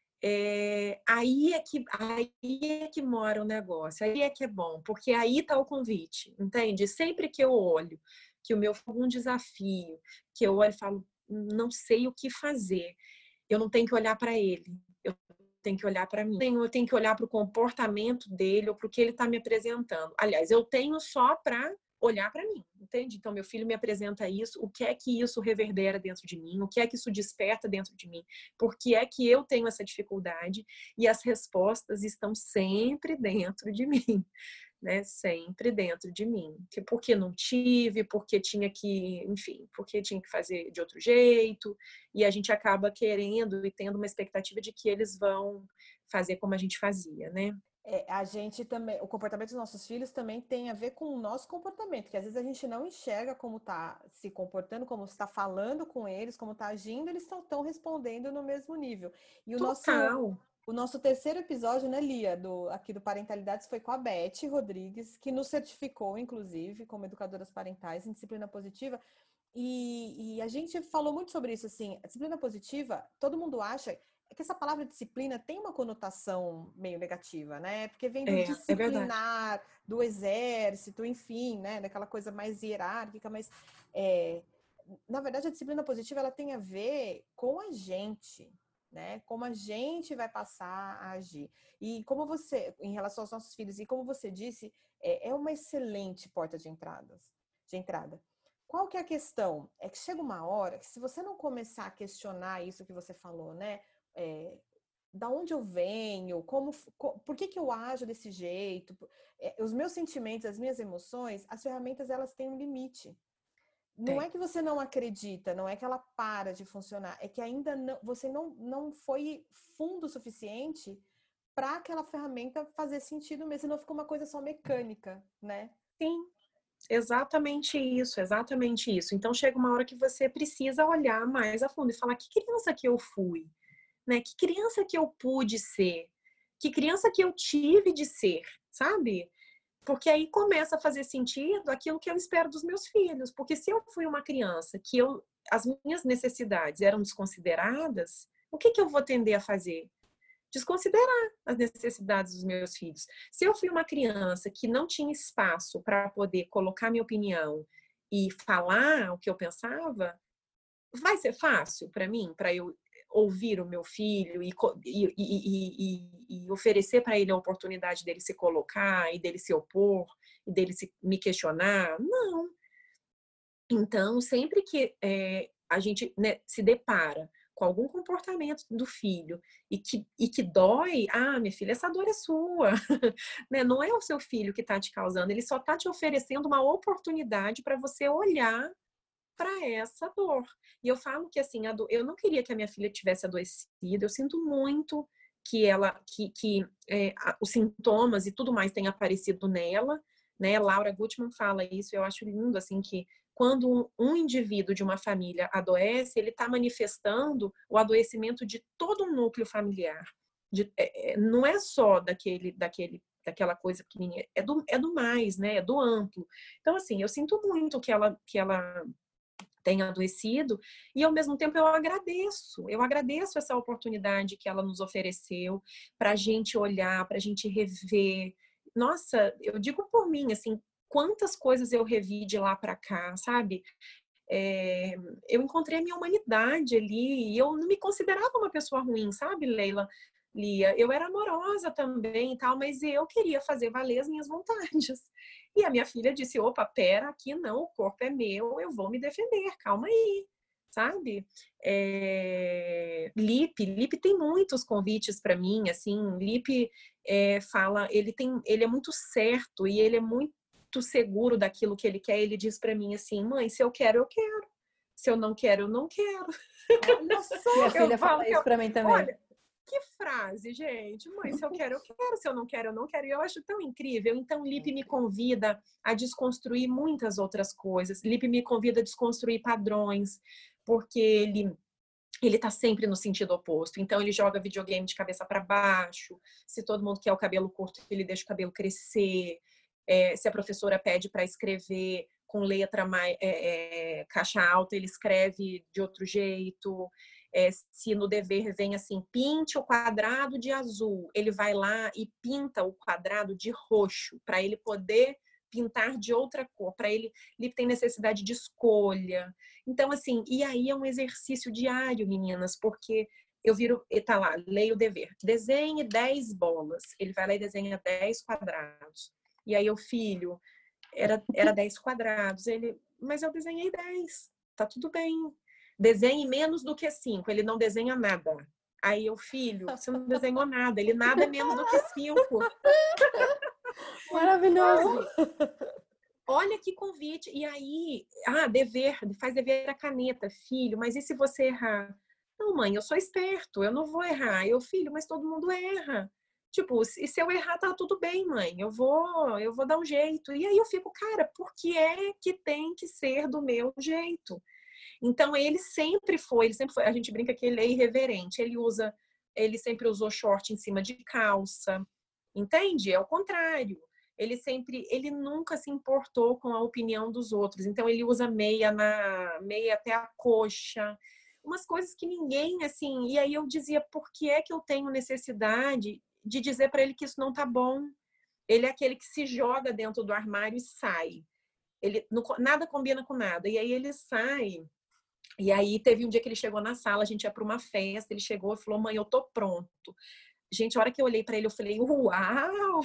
é, aí, é que, aí é que mora o negócio, aí é que é bom, porque aí está o convite, entende? Sempre que eu olho que o meu algum desafio, que eu olho e falo, não sei o que fazer, eu não tenho que olhar para ele, eu tenho que olhar para mim, eu tenho que olhar para o comportamento dele ou para o que ele está me apresentando. Aliás, eu tenho só para olhar para mim, entende? Então, meu filho me apresenta isso, o que é que isso reverbera dentro de mim, o que é que isso desperta dentro de mim, por que é que eu tenho essa dificuldade, e as respostas estão sempre dentro de mim, né? Sempre dentro de mim. Porque não tive, porque tinha que, enfim, porque tinha que fazer de outro jeito, e a gente acaba querendo e tendo uma expectativa de que eles vão fazer como a gente fazia, né? É, a gente também, o comportamento dos nossos filhos também tem a ver com o nosso comportamento, que às vezes a gente não enxerga como está se comportando, como está falando com eles, como está agindo, eles estão respondendo no mesmo nível. E o Total. nosso, o nosso terceiro episódio, né, Lia, do, aqui do Parentalidades, foi com a Beth Rodrigues, que nos certificou, inclusive, como educadoras parentais em disciplina positiva. E, e a gente falou muito sobre isso, assim, a disciplina positiva, todo mundo acha é que essa palavra disciplina tem uma conotação meio negativa, né? Porque vem do É, é verdade. disciplinar, do exército, enfim, né? Daquela coisa mais hierárquica, mas é, na verdade a disciplina positiva ela tem a ver com a gente, né? Como a gente vai passar a agir. E como você, em relação aos nossos filhos, e como você disse, é, é uma excelente porta de entradas, de entrada. Qual que é a questão? É que chega uma hora que se você não começar a questionar isso que você falou, né? É, da onde eu venho, como, por que que eu ajo desse jeito, é, os meus sentimentos, as minhas emoções, as ferramentas elas têm um limite. Não Tem. é que você não acredita, não é que ela para de funcionar, é que ainda não, você não, não foi fundo o suficiente para aquela ferramenta fazer sentido mesmo, senão ficou uma coisa só mecânica, né? Sim. Exatamente isso, exatamente isso. Então chega uma hora que você precisa olhar mais a fundo e falar que criança que eu fui, né? Que criança que eu pude ser, que criança que eu tive de ser, sabe? Porque aí começa a fazer sentido aquilo que eu espero dos meus filhos. Porque se eu fui uma criança que eu, as minhas necessidades eram desconsideradas, o que que eu vou tender a fazer? Desconsiderar as necessidades dos meus filhos. Se eu fui uma criança que não tinha espaço para poder colocar minha opinião e falar o que eu pensava, vai ser fácil para mim, para eu ouvir o meu filho e, e, e, e, e oferecer para ele a oportunidade dele se colocar e dele se opor e dele se, me questionar? Não. Então, sempre que é, a gente, né, se depara com algum comportamento do filho e que, e que dói, ah, minha filha, essa dor é sua. Né? Não é o seu filho que está te causando, ele só está te oferecendo uma oportunidade para você olhar para essa dor. E eu falo que assim, a dor, eu não queria que a minha filha tivesse adoecido, eu sinto muito que ela, que, que é, a, os sintomas e tudo mais tenham aparecido nela, né? Laura Gutman fala isso, eu acho lindo, assim, que quando um, um indivíduo de uma família adoece, ele está manifestando o adoecimento de todo um núcleo familiar. De, é, não é só daquele, daquele, daquela coisa pequenininha, é do, é do mais, né? É do amplo. Então, assim, eu sinto muito que ela, que ela tenha adoecido e, ao mesmo tempo, eu agradeço. Eu agradeço essa oportunidade que ela nos ofereceu para a gente olhar, para a gente rever. Nossa, eu digo por mim, assim, quantas coisas eu revi de lá para cá, sabe? É, eu encontrei a minha humanidade ali e eu não me considerava uma pessoa ruim, sabe, Leila? Lia, eu era amorosa também e tal, mas eu queria fazer valer as minhas vontades. E a minha filha disse, opa, pera, aqui não, o corpo é meu, eu vou me defender, calma aí, sabe? É... Lipe, Lipe tem muitos convites para mim, assim, Lipe é, fala, ele, tem, ele é muito certo e ele é muito seguro daquilo que ele quer, ele diz para mim assim, mãe, se eu quero, eu quero. Se eu não quero, eu não quero. Olha só, minha filha fala isso para mim também. Olha, que frase, gente. Mãe, se eu quero, eu quero. Se eu não quero, eu não quero. E eu acho tão incrível. Então, Lipe me convida a desconstruir muitas outras coisas. Lipe me convida a desconstruir padrões, porque ele... ele tá sempre no sentido oposto. Então, ele joga videogame de cabeça para baixo. Se todo mundo quer o cabelo curto, ele deixa o cabelo crescer. É, se a professora pede para escrever com letra mais, é, é, caixa alta, ele escreve de outro jeito. É, se no dever vem assim, pinte o quadrado de azul, ele vai lá e pinta o quadrado de roxo, para ele poder pintar de outra cor, para ele, ele tem necessidade de escolha. Então, assim, e aí é um exercício diário, meninas, porque eu viro, tá lá, leio o dever, desenhe dez bolas, ele vai lá e desenha dez quadrados. E aí o filho, era, era dez quadrados, ele, mas eu desenhei dez, tá tudo bem. Desenhe menos do que cinco, ele não desenha nada. Aí o filho, você não desenhou nada, ele nada é menos do que cinco. Maravilhoso! Olha que convite. E aí, ah, dever, faz dever a caneta, filho, mas e se você errar? Não, mãe, eu sou esperto, eu não vou errar. Eu, filho, mas todo mundo erra. Tipo, e se eu errar, tá tudo bem, mãe. Eu vou, eu vou dar um jeito. E aí eu fico, cara, por que é que tem que ser do meu jeito? Então, ele sempre foi, ele sempre foi, a gente brinca que ele é irreverente. Ele usa, ele sempre usou short em cima de calça. Entende? É o contrário. Ele sempre, ele nunca se importou com a opinião dos outros. Então, ele usa meia na meia até a coxa. Umas coisas que ninguém, assim... E aí eu dizia, por que é que eu tenho necessidade de dizer para ele que isso não tá bom? Ele é aquele que se joga dentro do armário e sai. Ele, não, nada combina com nada. E aí ele sai... E aí teve um dia que ele chegou na sala, a gente ia para uma festa, ele chegou e falou, mãe, eu tô pronto. Gente, a hora que eu olhei para ele, eu falei, uau!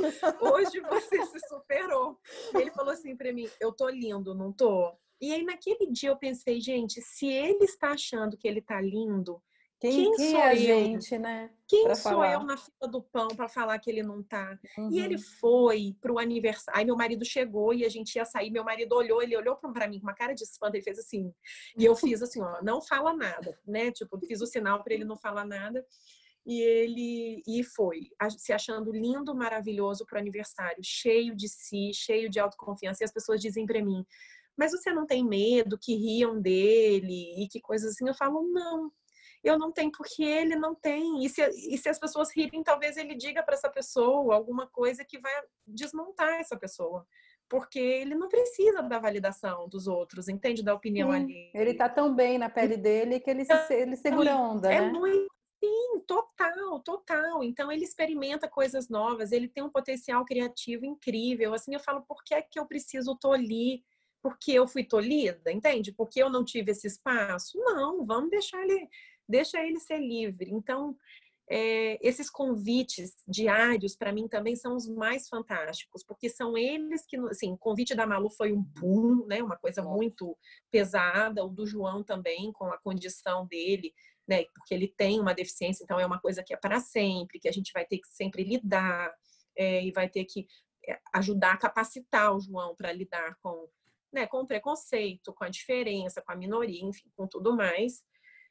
Hoje você se superou. E ele falou assim para mim, eu tô lindo, não tô? E aí naquele dia eu pensei, gente, se ele está achando que ele tá lindo, quem, quem, quem sou é a eu? gente, né? Quem pra sou falar. eu na fila do pão para falar que ele não tá? Uhum. E ele foi pro aniversário. Aí meu marido chegou e a gente ia sair. Meu marido olhou, ele olhou para mim com uma cara de espanto, ele fez assim. E eu fiz assim, ó, não fala nada, né? Tipo, fiz o sinal para ele não falar nada. E ele e foi, se achando lindo, maravilhoso pro aniversário, cheio de si, cheio de autoconfiança. E as pessoas dizem para mim, mas você não tem medo que riam dele e que coisas assim? Eu falo, não. Eu não tenho, porque ele não tem. E se, e se as pessoas rirem, talvez ele diga para essa pessoa alguma coisa que vai desmontar essa pessoa. Porque ele não precisa da validação dos outros, entende? Da opinião Sim, ali. ele tá tão bem na pele dele que ele, se, ele segura a onda, é né? Muito, sim, total, total. Então ele experimenta coisas novas, ele tem um potencial criativo incrível. Assim, eu falo, por que é que eu preciso tolir? Porque eu fui tolhida, entende? Porque eu não tive esse espaço? Não, vamos deixar ele... Deixa ele ser livre. Então, é, esses convites diários, para mim, também são os mais fantásticos, porque são eles que, assim, o convite da Malu foi um boom, né? Uma coisa muito pesada, o do João também, com a condição dele, né? Porque ele tem uma deficiência, então é uma coisa que é para sempre, que a gente vai ter que sempre lidar, é, e vai ter que ajudar a capacitar o João para lidar com, né, com o preconceito, com a diferença, com a minoria, enfim, com tudo mais.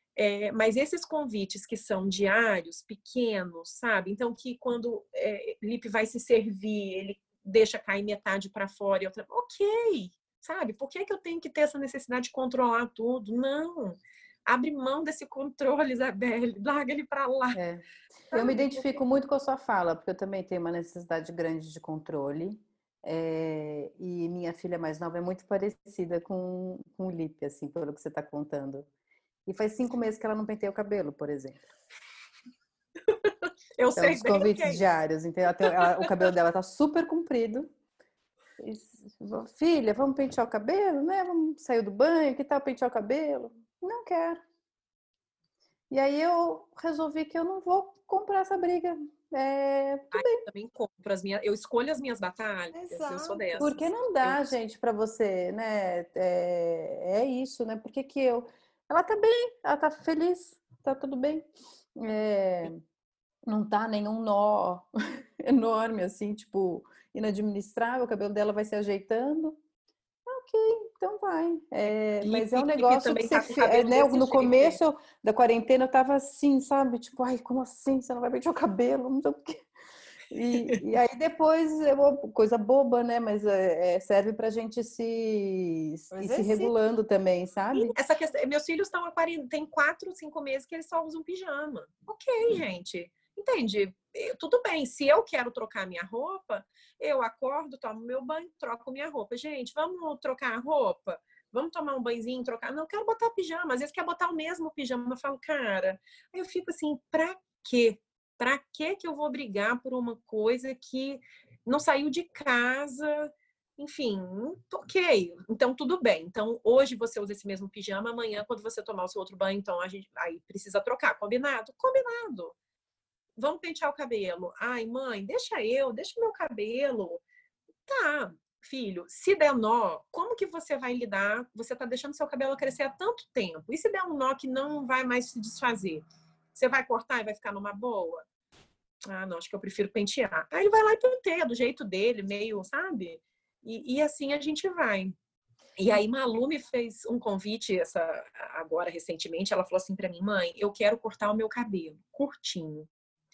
É, mas esses convites que são diários, pequenos, sabe? Então, que quando é, Lipe vai se servir, ele deixa cair metade para fora e outra... Ok, sabe? Por que que eu tenho que ter essa necessidade de controlar tudo? Não. Abre mão desse controle, Isabelle. Larga ele para lá. É. Eu me identifico muito com a sua fala, porque eu também tenho uma necessidade grande de controle. É, e minha filha mais nova é muito parecida com, com o Lipe, assim, pelo que você está contando. E faz cinco meses que ela não penteia o cabelo, por exemplo. Eu Então, sei os bem convites o que é diários. Então, ela tem- ela- o cabelo dela tá super comprido. E, filha, vamos pentear o cabelo, né? Vamos sair do banho, que tal pentear o cabelo? Não quero. E aí eu resolvi que eu não vou comprar essa briga. É, tudo bem. Eu também compro as minhas, eu escolho as minhas batalhas, eu sou Exato. dessas. Porque não dá, Eu- gente, para você, né? É, é isso, né? Porque que eu. Ela tá bem, ela tá feliz, tá tudo bem. É, não tá nenhum nó enorme, assim, tipo, inadministrável, o cabelo dela vai se ajeitando. Ok, então vai. É, mas é um Lipe negócio que também você, tá com o fe- é, cabelo né? desse No jeito. começo da quarentena eu tava assim, sabe? Tipo, ai, como assim? Você não vai pentear o cabelo? Não sei o quê. E, e aí depois é uma coisa boba, né? Mas é, é, serve pra gente se, ir se Exercício. regulando também, Sim, sabe? essa questão, meus filhos estão há quarenta, tem quatro, cinco meses que eles só usam pijama. Ok, gente. Entende? Eu- tudo bem, se eu quero trocar minha roupa, eu acordo, tomo meu banho, troco minha roupa. Gente, vamos trocar a roupa? Vamos tomar um banhozinho, trocar? Não, eu quero botar pijama. Às vezes quer botar o mesmo pijama. Eu falo, cara, aí eu fico assim, pra quê? Pra quê que eu vou brigar por uma coisa que não saiu de casa? Enfim, ok. Então, tudo bem. Então, hoje você usa esse mesmo pijama, amanhã, quando você tomar o seu outro banho, então a gente aí precisa trocar. Combinado? Combinado. Vamos pentear o cabelo. Ai, mãe, deixa eu, deixa o meu cabelo. Tá, filho, se der nó, como que você vai lidar? Você tá deixando seu cabelo crescer há tanto tempo. E se der um nó que não vai mais se desfazer? Você vai cortar e vai ficar numa boa? Ah, não, acho que eu prefiro pentear. Aí ele vai lá e penteia do jeito dele, meio, sabe? E, e assim a gente vai. E aí Malu me fez um convite essa agora recentemente, ela falou assim para mim, mãe, eu quero cortar o meu cabelo curtinho.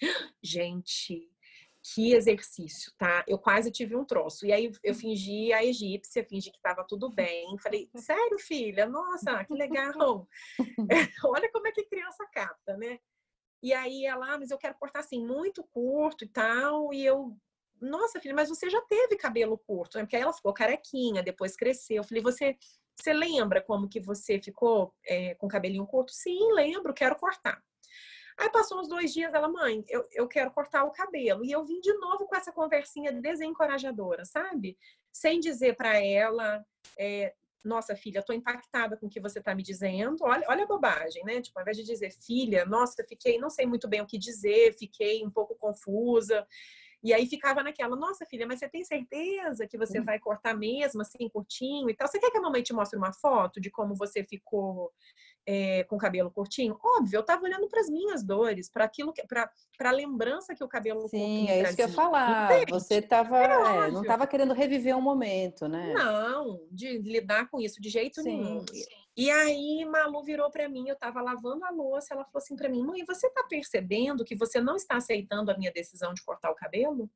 Gente, que exercício, tá? Eu quase tive um troço. E aí eu fingi a egípcia, fingi que tava tudo bem. Falei, sério, filha? Nossa, que legal. Olha como é que criança capta, né? E aí ela, ah, mas eu quero cortar assim, muito curto e tal. E eu, nossa, filha, mas você já teve cabelo curto, né? Porque aí ela ficou carequinha, depois cresceu. Eu falei, você, você lembra como que você ficou é, com cabelinho curto? Sim, lembro, quero cortar. Aí passou uns dois dias, ela, mãe, eu, eu quero cortar o cabelo. E eu vim de novo com essa conversinha desencorajadora, sabe? Sem dizer para ela, é, nossa, filha, tô impactada com o que você tá me dizendo. Olha, olha a bobagem, né? Tipo, ao invés de dizer, filha, nossa, fiquei, não sei muito bem o que dizer, fiquei um pouco confusa. E aí ficava naquela, nossa, filha, mas você tem certeza que você vai cortar mesmo, assim, curtinho e tal? Você quer que a mamãe te mostre uma foto de como você ficou é, com o cabelo curtinho? Óbvio, eu tava olhando para as minhas dores, para aquilo, para a lembrança que o cabelo curto Sim, me é isso que eu ia trazia. falar. Você Entende? tava, É é, não óbvio. estava querendo reviver um momento, né? Não, de lidar com isso de jeito nenhum. Sim. E aí, Malu virou para mim, eu estava lavando a louça, ela falou assim para mim, mãe, você está percebendo que você não está aceitando a minha decisão de cortar o cabelo?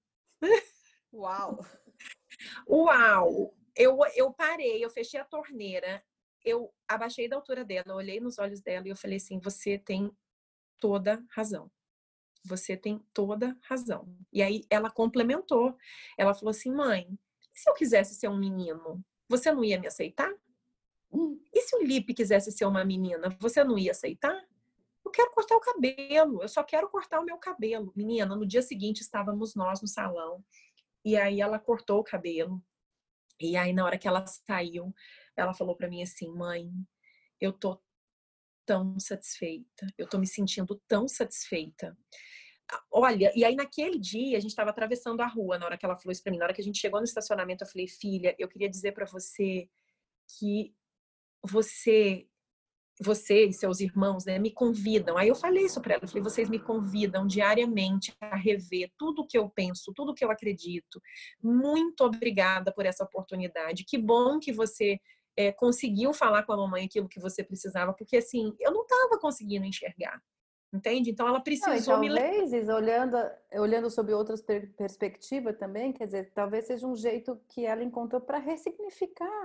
Uau! Uau! Eu, eu parei, eu fechei a torneira, eu abaixei da altura dela, eu olhei nos olhos dela e eu falei assim, você tem toda razão. Você tem toda razão. E aí ela complementou. Ela falou assim, mãe, e se eu quisesse ser um menino, você não ia me aceitar? E se o Lipe quisesse ser uma menina, você não ia aceitar? Eu quero cortar o cabelo, eu só quero cortar o meu cabelo. Menina, no dia seguinte estávamos nós no salão. E aí ela cortou o cabelo. E aí na hora que ela saiu, ela falou para mim assim, mãe, eu tô tão satisfeita. Eu tô me sentindo tão satisfeita. Olha, e aí naquele dia a gente estava atravessando a rua na hora que ela falou isso para mim. Na hora que a gente chegou no estacionamento, eu falei, filha, eu queria dizer para você que você, você e seus irmãos, né, me convidam. Aí eu falei isso para ela, eu falei, vocês me convidam diariamente a rever tudo o que eu penso, tudo o que eu acredito. Muito obrigada por essa oportunidade. Que bom que você é, conseguiu falar com a mamãe aquilo que você precisava, porque assim, eu não estava conseguindo enxergar. Entende? Então ela Não, e precisou me levar. talvez, Isa, olhando, olhando sob outras per perspectivas também, quer dizer, talvez seja um jeito que ela encontrou para ressignificar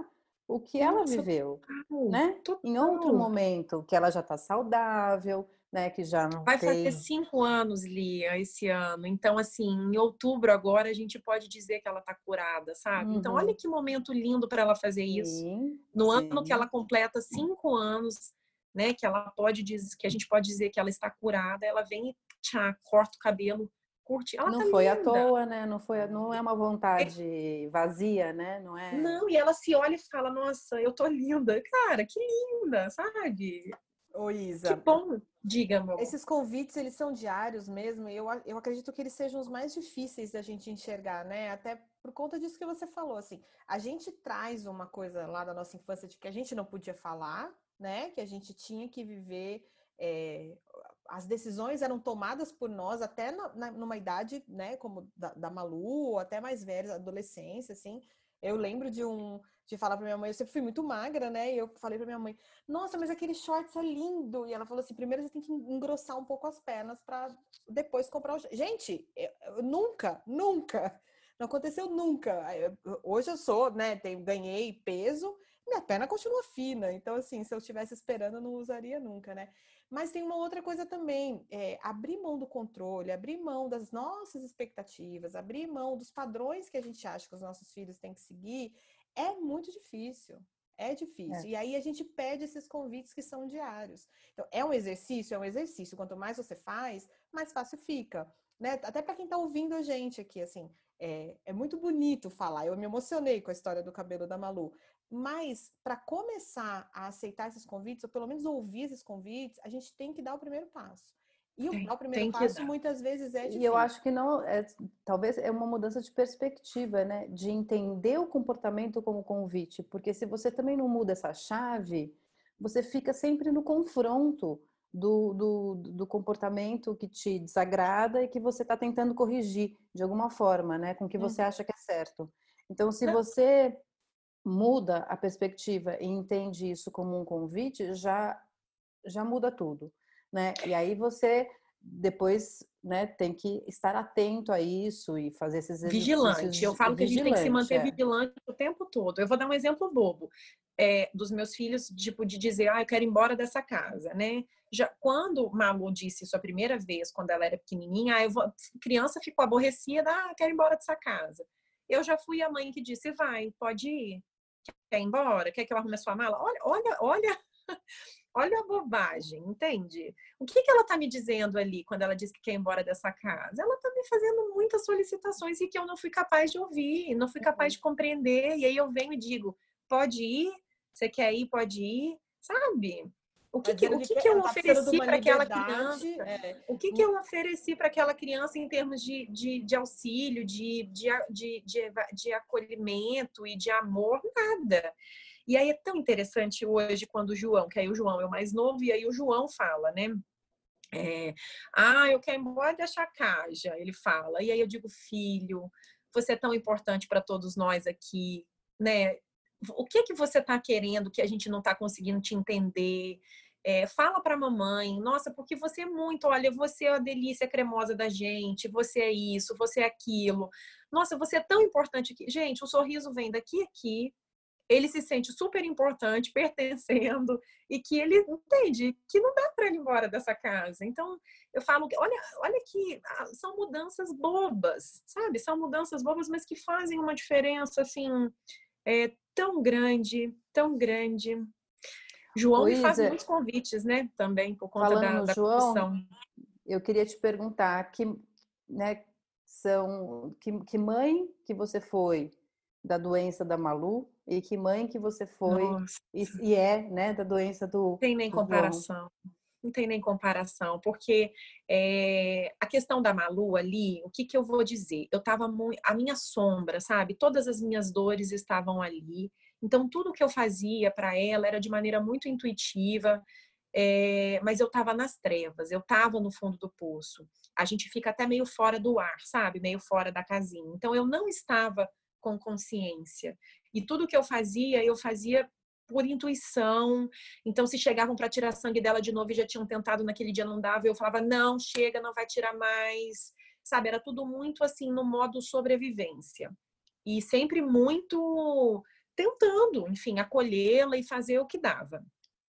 o que ela Nossa, viveu, total, né? Em outro total. momento, que ela já está saudável, né? Que já não Vai fazer tem. cinco anos, Lia, esse ano. Então, assim, em outubro agora a gente pode dizer que ela tá curada, sabe? Então, olha Uhum. que momento lindo para ela fazer isso. Sim, No ano que ela sim. completa cinco anos, né? Que ela pode dizer, que a gente pode dizer que ela está curada, ela vem e tchá, corta o cabelo, curte. Ela Não tá foi à linda. toa, né? Não foi, não é uma vontade vazia, né? Não é. Não, e ela se olha e fala, nossa, eu tô linda. Cara, que linda, sabe? Ô, Que Isa, bom. Diga, amor. esses convites, eles são diários mesmo, e eu, a- eu acredito que eles sejam os mais difíceis da gente enxergar, né? Até por conta disso que você falou, assim, a gente traz uma coisa lá da nossa infância de que a gente não podia falar, né? Que a gente tinha que viver, é, as decisões eram tomadas por nós até na, na- numa idade, né, como da, da Malu, ou até mais velha, adolescência, assim. Eu lembro de um, de falar pra minha mãe, eu sempre fui muito magra, né? E eu falei pra minha mãe, nossa, mas aquele shorts é lindo. E ela falou assim: primeiro você tem que engrossar um pouco as pernas para depois comprar o. Gente, eu, eu nunca, nunca. Não aconteceu nunca. Eu, hoje eu sou, né? Tenho, ganhei peso, minha perna continua fina. Então, assim, se eu estivesse esperando, eu não usaria nunca, né? Mas tem uma outra coisa também: é, abrir mão do controle, abrir mão das nossas expectativas, abrir mão dos padrões que a gente acha que os nossos filhos têm que seguir, é muito difícil. É É. difícil. E aí a gente pede esses convites que são diários. Então, é um exercício? É um exercício. Quanto mais você faz, mais fácil fica. Né? Até para quem está ouvindo a gente aqui, assim, é, é muito bonito falar. Eu me emocionei com a história do cabelo da Malu. Mas, para começar a aceitar esses convites, ou pelo menos ouvir esses convites, a gente tem que dar o primeiro passo. E o, dar Tem, o primeiro tem que passo dar. muitas vezes é E eu difícil. acho que não, é, talvez é uma mudança de perspectiva, né? De entender o comportamento como convite, porque se você também não muda essa chave, você fica sempre no confronto do, do, do comportamento que te desagrada e que você está tentando corrigir de alguma forma, né? Com o que você Uhum. acha que é certo. Então, se Não, você muda a perspectiva e entende isso como um convite, já já muda tudo, né? E aí você depois, né, tem que estar atento a isso e fazer esses vigilante. exercícios Eu de, falo que a gente tem que se vigilante, manter é. vigilante o tempo todo. Eu vou dar um exemplo bobo. É, dos meus filhos, tipo, de dizer, ah, eu quero ir embora dessa casa, né? Já, quando Malu disse isso a primeira vez, quando ela era pequenininha, ah, eu vou, criança ficou aborrecida, ah, quero ir embora dessa casa. Eu já fui a mãe que disse, vai, pode ir, quer ir embora? Quer que eu arrume a sua mala? Olha, olha, olha, olha a bobagem, entende? O que, que ela está me dizendo ali quando ela diz que quer ir embora dessa casa? Ela está me fazendo muitas solicitações e que eu não fui capaz de ouvir, não fui capaz de compreender. E aí eu venho e digo, pode ir? Você quer ir? Pode ir? Sabe? O Tá que, que, dizendo o que que, quer, que ela eu tá precisando de ofereci uma para aquela criança? liberdade. É, O que, que eu ofereci para aquela criança em termos de, de, de auxílio, de, de, de, de, de acolhimento e de amor? Nada. E aí é tão interessante hoje quando o João, que aí o João é o mais novo, e aí o João fala, né? É, ah, eu quero ir embora da Chacaja, ele fala. E aí eu digo, filho, você é tão importante para todos nós aqui, né? O que que você está querendo que a gente não está conseguindo te entender? É, fala para a mamãe, nossa, porque você é muito, olha, você é a delícia cremosa da gente, você é isso, você é aquilo. Nossa, você é tão importante aqui. Gente, o sorriso vem daqui a aqui, ele se sente super importante, pertencendo, e que ele entende que não dá para ele ir embora dessa casa. Então, eu falo que, olha, olha que são mudanças bobas, sabe? São mudanças bobas, mas que fazem uma diferença, assim, é, tão grande, tão grande. João Ô, me faz Isa, muitos convites, né? Também, por conta falando da, no da João, profissão. eu queria te perguntar que, né, são que, que mãe que você foi da doença da Malu e que mãe que você foi Nossa, e, e é, né, da doença do, não tem nem do João. comparação. Não tem nem comparação, porque é, a questão da Malu ali, o que, que eu vou dizer? Eu tava muito. A minha sombra, sabe? Todas as minhas dores estavam ali. Então, tudo que eu fazia para ela era de maneira muito intuitiva, é, mas eu estava nas trevas, eu estava no fundo do poço. A gente fica até meio fora do ar, sabe? Meio fora da casinha. Então, eu não estava com consciência. E tudo que eu fazia, eu fazia por intuição. Então, se chegavam para tirar sangue dela de novo e já tinham tentado naquele dia, não dava, eu falava, não, chega, não vai tirar mais. Sabe, era tudo muito assim, no modo sobrevivência. E sempre muito tentando, enfim, acolhê-la e fazer o que dava.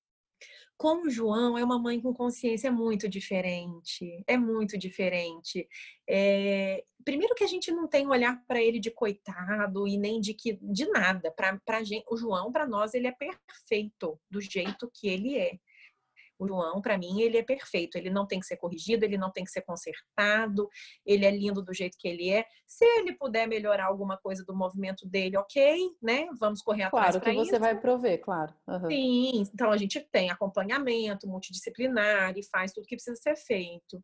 Com o João, é uma mãe com consciência muito diferente, é muito diferente. É, primeiro que a gente não tem um olhar para ele de coitado e nem de que de nada. Pra, pra gente, o João, para nós, ele é perfeito do jeito que ele é. O João, para mim, ele é perfeito. Ele não tem que ser corrigido, ele não tem que ser consertado, ele é lindo do jeito que ele é. Se ele puder melhorar alguma coisa do movimento dele, ok, né? Vamos correr atrás Claro para que isso. você vai prover, claro. Uhum. Sim, então a gente tem acompanhamento multidisciplinar e faz tudo que precisa ser feito.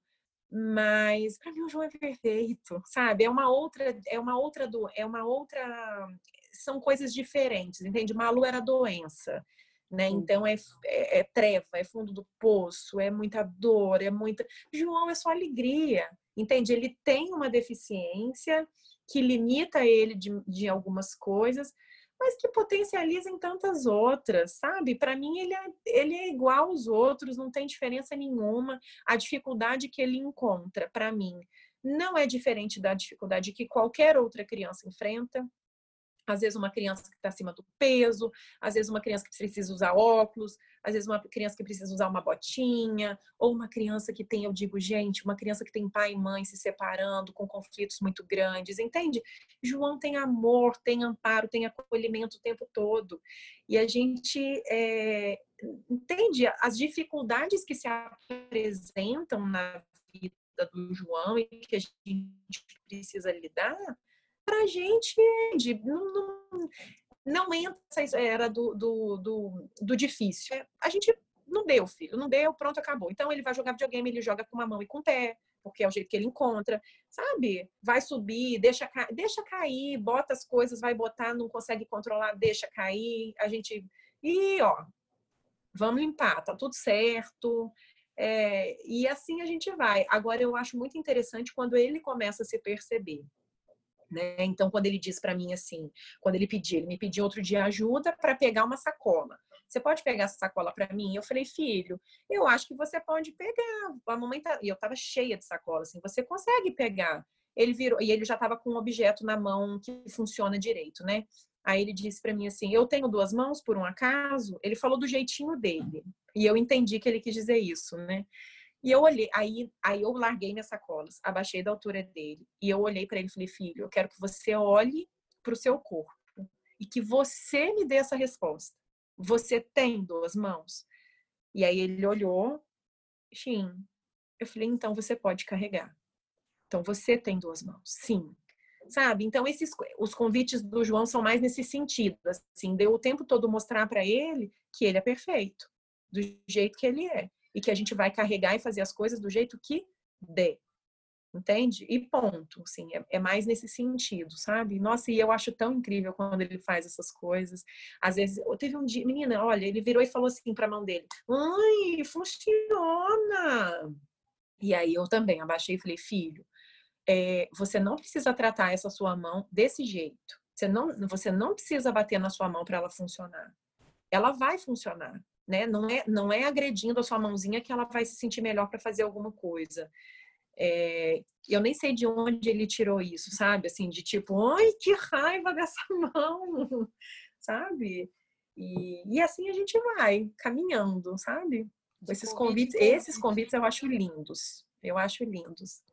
Mas para mim o João é perfeito, sabe? É uma outra, é uma outra do, é uma outra, são coisas diferentes, entende? Malu era doença, né? Então é, é, é treva, é fundo do poço, é muita dor, é muita. João é só alegria, entende? Ele tem uma deficiência que limita ele de, de algumas coisas, mas que potencializa em tantas outras, sabe? Para mim, ele é, ele é igual aos outros, não tem diferença nenhuma. A dificuldade que ele encontra, para mim, não é diferente da dificuldade que qualquer outra criança enfrenta. Às vezes uma criança que está acima do peso, às vezes uma criança que precisa usar óculos, às vezes uma criança que precisa usar uma botinha, ou uma criança que tem, eu digo, gente, uma criança que tem pai e mãe se separando, com conflitos muito grandes, entende? João tem amor, tem amparo, tem acolhimento o tempo todo. E a gente é, entende as dificuldades que se apresentam na vida do João e que a gente precisa lidar. Pra gente, não, não, não entra essa era do, do, do, do difícil. A gente não deu, filho, não deu, pronto, acabou. Então ele vai jogar videogame, ele joga com uma mão e com o pé, porque é o jeito que ele encontra, sabe? Vai subir, deixa, deixa cair, bota as coisas, vai botar, não consegue controlar, deixa cair. A gente. E, ó, vamos limpar, tá tudo certo. É, e assim a gente vai. Agora, eu acho muito interessante quando ele começa a se perceber. Né? Então, quando ele diz para mim assim, quando ele pediu, ele me pediu outro dia ajuda para pegar uma sacola. Você pode pegar essa sacola para mim? Eu falei, filho, eu acho que você pode pegar. A mamãe tá... E eu tava cheia de sacola, assim, você consegue pegar. Ele virou, e ele já tava com um objeto na mão que funciona direito, né? Aí ele disse para mim assim, eu tenho duas mãos, por um acaso? Ele falou do jeitinho dele. E eu entendi que ele quis dizer isso, né? E eu olhei, aí, aí eu larguei minhas sacolas, abaixei da altura dele. E eu olhei para ele e falei, filho, eu quero que você olhe para o seu corpo e que você me dê essa resposta. Você tem duas mãos? E aí ele olhou, sim. Eu falei, então você pode carregar. Então você tem duas mãos, sim. Sabe? Então esses, os convites do João são mais nesse sentido. Assim, deu o tempo todo mostrar para ele que ele é perfeito, do jeito que ele é. E que a gente vai carregar e fazer as coisas do jeito que der. Entende? E ponto. Assim, é, é mais nesse sentido, sabe? Nossa, e eu acho tão incrível quando ele faz essas coisas. Às vezes, teve um dia, menina, olha, ele virou e falou assim pra mão dele: ai, funciona! E aí eu também abaixei e falei: filho, é, você não precisa tratar essa sua mão desse jeito. Você não, você não precisa bater na sua mão para ela funcionar. Ela vai funcionar. Né? Não é, não é agredindo a sua mãozinha que ela vai se sentir melhor para fazer alguma coisa. É, eu nem sei de onde ele tirou isso, sabe? Assim, de tipo, ai, que raiva dessa mão, sabe? E, e assim a gente vai caminhando, sabe? Esses convites, esses convites eu acho lindos. Eu acho lindos.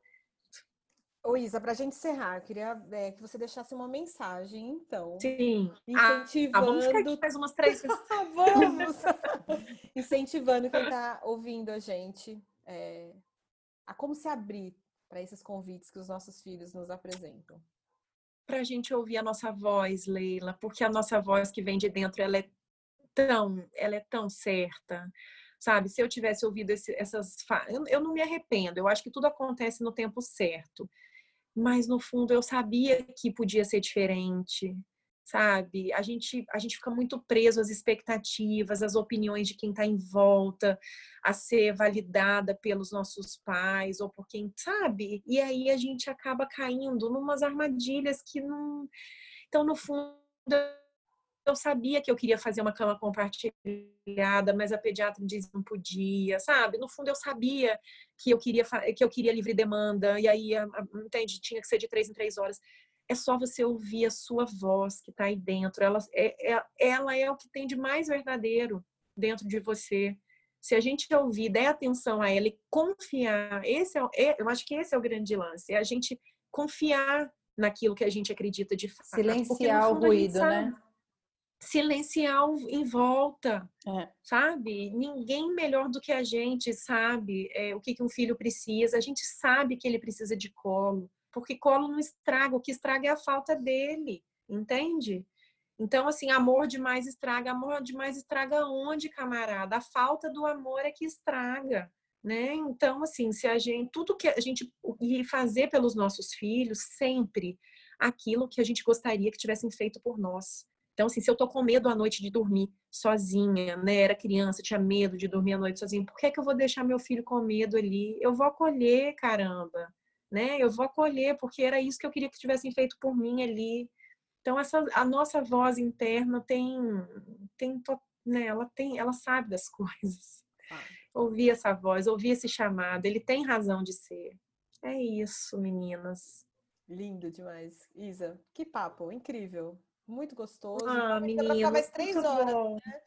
Ô Isa, para a gente encerrar, eu queria é, que você deixasse uma mensagem, então. Sim. Incentivando. Ah, vamos ficar aqui mais umas três vezes. Vamos! Incentivando quem está ouvindo a gente é, a como se abrir para esses convites que os nossos filhos nos apresentam. Para a gente ouvir a nossa voz, Leila, porque a nossa voz que vem de dentro, ela é tão, ela é tão certa. Sabe, se eu tivesse ouvido esse, essas... Eu, eu não me arrependo, eu acho que tudo acontece no tempo certo. Mas, no fundo, eu sabia que podia ser diferente, sabe? A gente, a gente fica muito preso às expectativas, às opiniões de quem está em volta, a ser validada pelos nossos pais ou por quem, sabe? E aí a gente acaba caindo numas armadilhas que não... Então, no fundo, eu sabia que eu queria fazer uma cama compartilhada, mas a pediatra disse que não podia, sabe? No fundo, eu sabia que eu queria, que eu queria livre demanda, e aí, entende? Tinha que ser de três em três horas. é só você ouvir a sua voz que está aí dentro. Ela é, é, ela é o que tem de mais verdadeiro dentro de você. Se a gente ouvir, der atenção a ela e confiar, esse é, é, eu acho que esse é o grande lance, é a gente confiar naquilo que a gente acredita de fato. Silenciar porque, no fundo, o ruído, né? Silenciar em volta, é. sabe? Ninguém melhor do que a gente sabe é, o que, que um filho precisa. A gente sabe que ele precisa de colo, porque colo não estraga, o que estraga é a falta dele, entende? Então, assim, amor demais estraga. Amor demais estraga onde, camarada? A falta do amor é que estraga, né? Então, assim, se a gente, tudo que a gente ir fazer pelos nossos filhos, sempre aquilo que a gente gostaria que tivessem feito por nós. Então, assim, se eu tô com medo à noite de dormir sozinha, né? Era criança, tinha medo de dormir à noite sozinha. Por que é que eu vou deixar meu filho com medo ali? Eu vou acolher, caramba, né? Eu vou acolher, porque era isso que eu queria que tivessem feito por mim ali. Então, essa, a nossa voz interna tem, tem, né? Ela tem, ela sabe das coisas. Ah. Ouvir essa voz, ouvir esse chamado, ele tem razão de ser. É isso, meninas. Lindo demais. Isa, que papo, incrível. Muito gostoso. Ah, menina, pra ficar mais três horas, bom. né?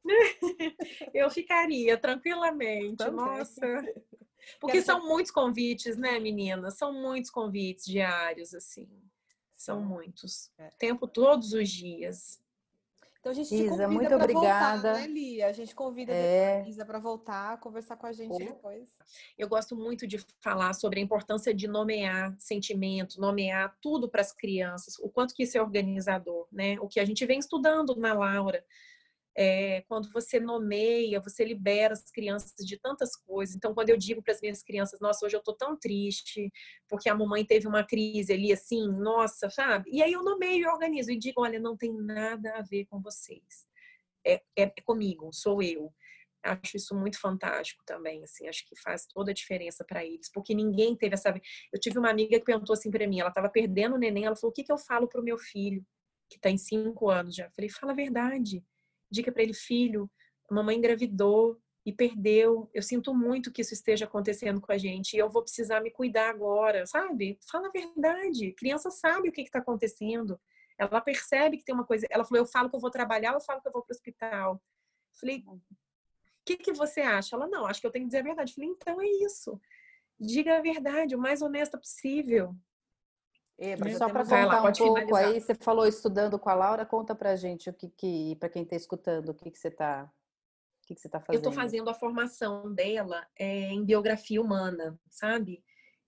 Eu ficaria tranquilamente. Também. Nossa. Porque Quero são ter... muitos convites, né, meninas? São muitos convites diários, assim. São Sim. muitos. É. Tempo todos os dias. Então a gente te Isa, convida para voltar, né, Lia? A gente convida é... a Isa para voltar, conversar com a gente oh. depois. Eu gosto muito de falar sobre a importância de nomear sentimento, nomear tudo para as crianças, o quanto que isso é organizador, né? O que a gente vem estudando na Laura. É, quando você nomeia, você libera as crianças de tantas coisas. Então, quando eu digo para as minhas crianças, nossa, hoje eu tô tão triste, porque a mamãe teve uma crise ali, assim, nossa, sabe? E aí eu nomeio e organizo e digo, olha, não tem nada a ver com vocês. É, é, é comigo, sou eu. Acho isso muito fantástico também, assim, acho que faz toda a diferença para eles, porque ninguém teve essa... Eu tive uma amiga que perguntou assim para mim, ela estava perdendo o neném, ela falou, o que que eu falo pro meu filho, que tá em cinco anos já? Eu falei, fala a verdade. Diga para ele, filho, a mamãe engravidou e perdeu. Eu sinto muito que isso esteja acontecendo com a gente e eu vou precisar me cuidar agora, sabe? Fala a verdade. A criança sabe o que está acontecendo. Ela percebe que tem uma coisa. Ela falou, eu falo que eu vou trabalhar, eu falo que eu vou para o hospital. Eu falei, o que, que você acha? Ela, não, acho que eu tenho que dizer a verdade. Eu falei, então é isso. Diga a verdade, o mais honesta possível. Eba, só para contar lá, um pouco finalizar. Aí, você falou estudando com a Laura, conta pra gente o que, que para quem está escutando, o que, que você está que que você tá fazendo. Eu estou fazendo a formação dela é, em biografia humana, sabe?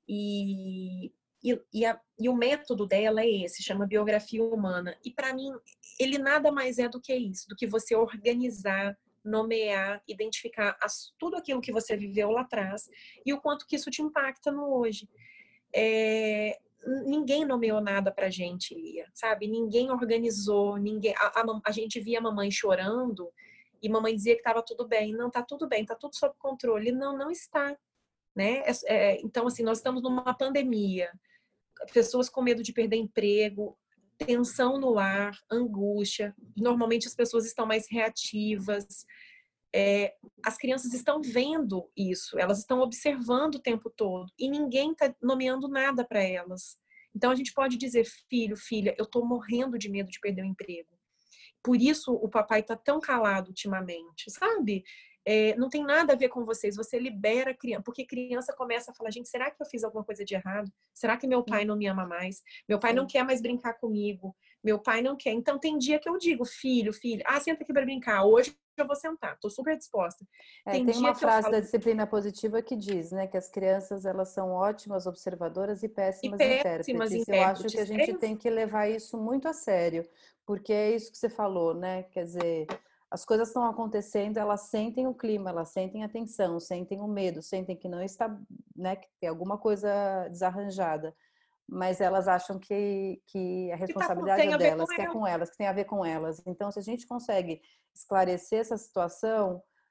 E, e, e, a, e o método dela é esse, chama biografia humana. E para mim, ele nada mais é do que isso, do que você organizar, nomear, identificar as, tudo aquilo que você viveu lá atrás e o quanto que isso te impacta no hoje. É, ninguém nomeou nada pra gente, Lia, sabe? Ninguém organizou, ninguém... A, a, a gente via a mamãe chorando e mamãe dizia que estava tudo bem. Não, tá tudo bem, tá tudo sob controle. Não, não está, né? É, é, então, assim, nós estamos numa pandemia, pessoas com medo de perder emprego, tensão no lar, angústia. Normalmente as pessoas estão mais reativas. É, as crianças estão vendo isso, elas estão observando o tempo todo e ninguém está nomeando nada para elas. Então a gente pode dizer, filho, filha, eu estou morrendo de medo de perder o emprego. Por isso o papai está tão calado ultimamente, sabe? É, não tem nada a ver com vocês, você libera a criança, porque criança começa a falar, gente, será que eu fiz alguma coisa de errado? Será que meu pai não me ama mais? Meu pai não quer mais brincar comigo? Meu pai não quer. Então tem dia que eu digo, filho, filho, ah, senta aqui para brincar, hoje eu vou sentar, tô super disposta. É, tem tem dia uma que frase falo... da disciplina positiva que diz, né, que as crianças elas são ótimas observadoras e péssimas, e péssimas intérpretes. intérpretes. Eu acho que a gente é... tem que levar isso muito a sério, porque é isso que você falou, né? Quer dizer, as coisas estão acontecendo, elas sentem o clima, elas sentem a tensão, sentem o medo, sentem que não está, né, que tem alguma coisa desarranjada. Mas elas acham que, que a responsabilidade é delas, que é com elas, que tem a ver com elas. Então, se a gente consegue esclarecer essa situação,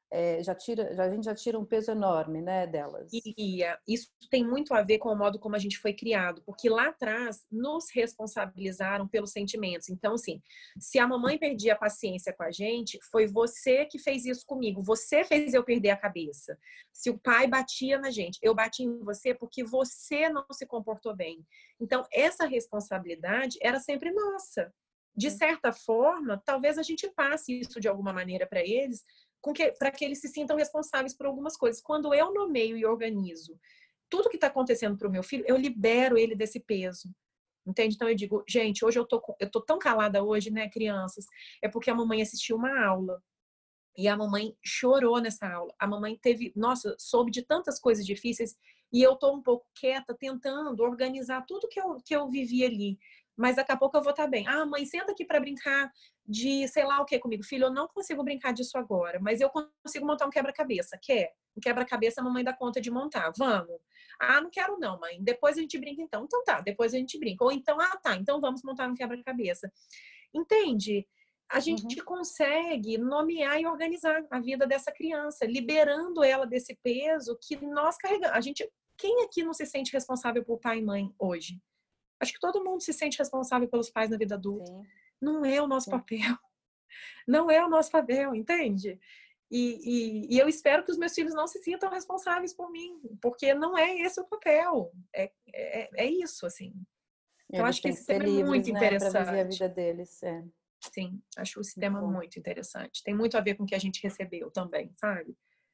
é, já tira, já, a gente já tira um peso enorme, né, delas. E isso tem muito a ver com o modo como a gente foi criado, porque lá atrás nos responsabilizaram pelos sentimentos. Então, assim, se a mamãe perdia a paciência com a gente, foi você que fez isso comigo, você fez eu perder a cabeça. Se o pai batia na gente, eu bati em você porque você não se comportou bem. Então, essa responsabilidade era sempre nossa. De certa forma, talvez a gente passe isso de alguma maneira para eles, para que eles se sintam responsáveis por algumas coisas. Quando eu nomeio e organizo tudo que está acontecendo para o meu filho, eu libero ele desse peso. Entende? Então eu digo, gente, hoje eu tô, eu tô tão calada hoje, né, crianças? É porque a mamãe assistiu uma aula. E a mamãe chorou nessa aula. A mamãe teve, nossa, soube de tantas coisas difíceis e eu tô um pouco quieta, tentando organizar tudo que eu, que eu vivi ali. Mas daqui a pouco eu vou estar bem. Ah, mãe, senta aqui para brincar de sei lá o que comigo. Filho, eu não consigo brincar disso agora, mas eu consigo montar um quebra-cabeça. Quer? Um quebra-cabeça a mamãe dá conta de montar. Vamos. Ah, não quero não, mãe. Depois a gente brinca então. Então tá, depois a gente brinca. Ou então, ah, tá, então vamos montar um quebra-cabeça. Entende? A gente uhum. consegue nomear e organizar a vida dessa criança, liberando ela desse peso que nós carregamos. A gente, quem aqui não se sente responsável por pai e mãe hoje? Acho que todo mundo se sente responsável pelos pais na vida adulta. Sim. Não é o nosso Sim. papel. Não é o nosso papel, entende? E, e, e eu espero que os meus filhos não se sintam responsáveis por mim, porque não é esse o papel. É, é, é isso, assim. Então, Eles acho que esse que tema livres, é muito né, interessante. Para viver a vida deles, é. Sim, acho esse tema Bom. muito interessante. Tem muito a ver com o que a gente recebeu também, sabe?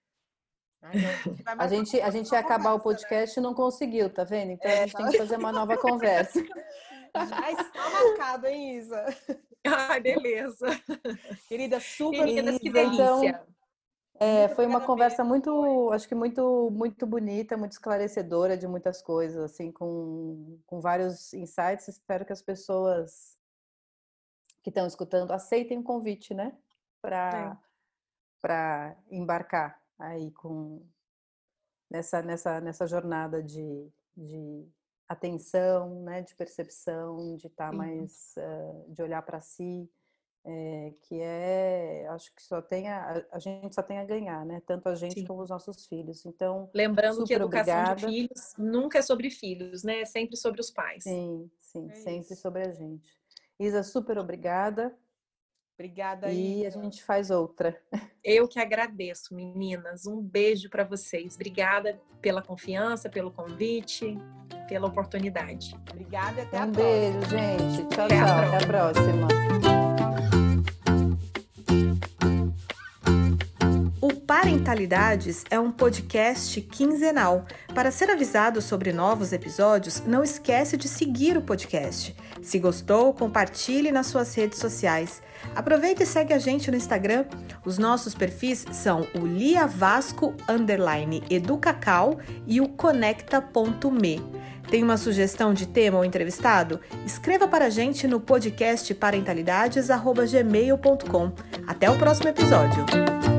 Ai, não, a gente, a gente ia acabar o podcast e né? não conseguiu, tá vendo? Então é, a gente tá... tem que fazer uma nova conversa. Já está marcado, hein, Isa? Ai, beleza. Querida, super Queridas, que delícia. Então, é, foi uma conversa muito, acho que muito, muito bonita, muito esclarecedora de muitas coisas, assim, com, com vários insights. Espero que as pessoas que estão escutando aceitem o convite, né? Para é. para embarcar aí com nessa nessa nessa jornada de, de atenção, né, de percepção, de estar tá mais uh, de olhar para si, é, que é, acho que só tem a, a gente só tem a ganhar, né, tanto a gente Sim. como os nossos filhos. Então, lembrando que a educação obrigada. de filhos nunca é sobre filhos, né, é sempre sobre os pais. Sim, sim, é sempre isso. sobre a gente. Isa, super obrigada. Obrigada, E Isa. a gente faz outra. Eu que agradeço, meninas. Um beijo para vocês. Obrigada pela confiança, pelo convite, pela oportunidade. Obrigada e até um a beijo, próxima. gente. Tchau, até tchau. A até a próxima. O Parentalidades é um podcast quinzenal. Para ser avisado sobre novos episódios, não esquece de seguir o podcast. Se gostou, compartilhe nas suas redes sociais. Aproveita e segue a gente no Instagram. Os nossos perfis são o liavasco underline educacau e o conecta ponto me. Tem uma sugestão de tema ou entrevistado? Escreva para a gente no podcast parentalidades arroba gmail ponto com. Até o próximo episódio.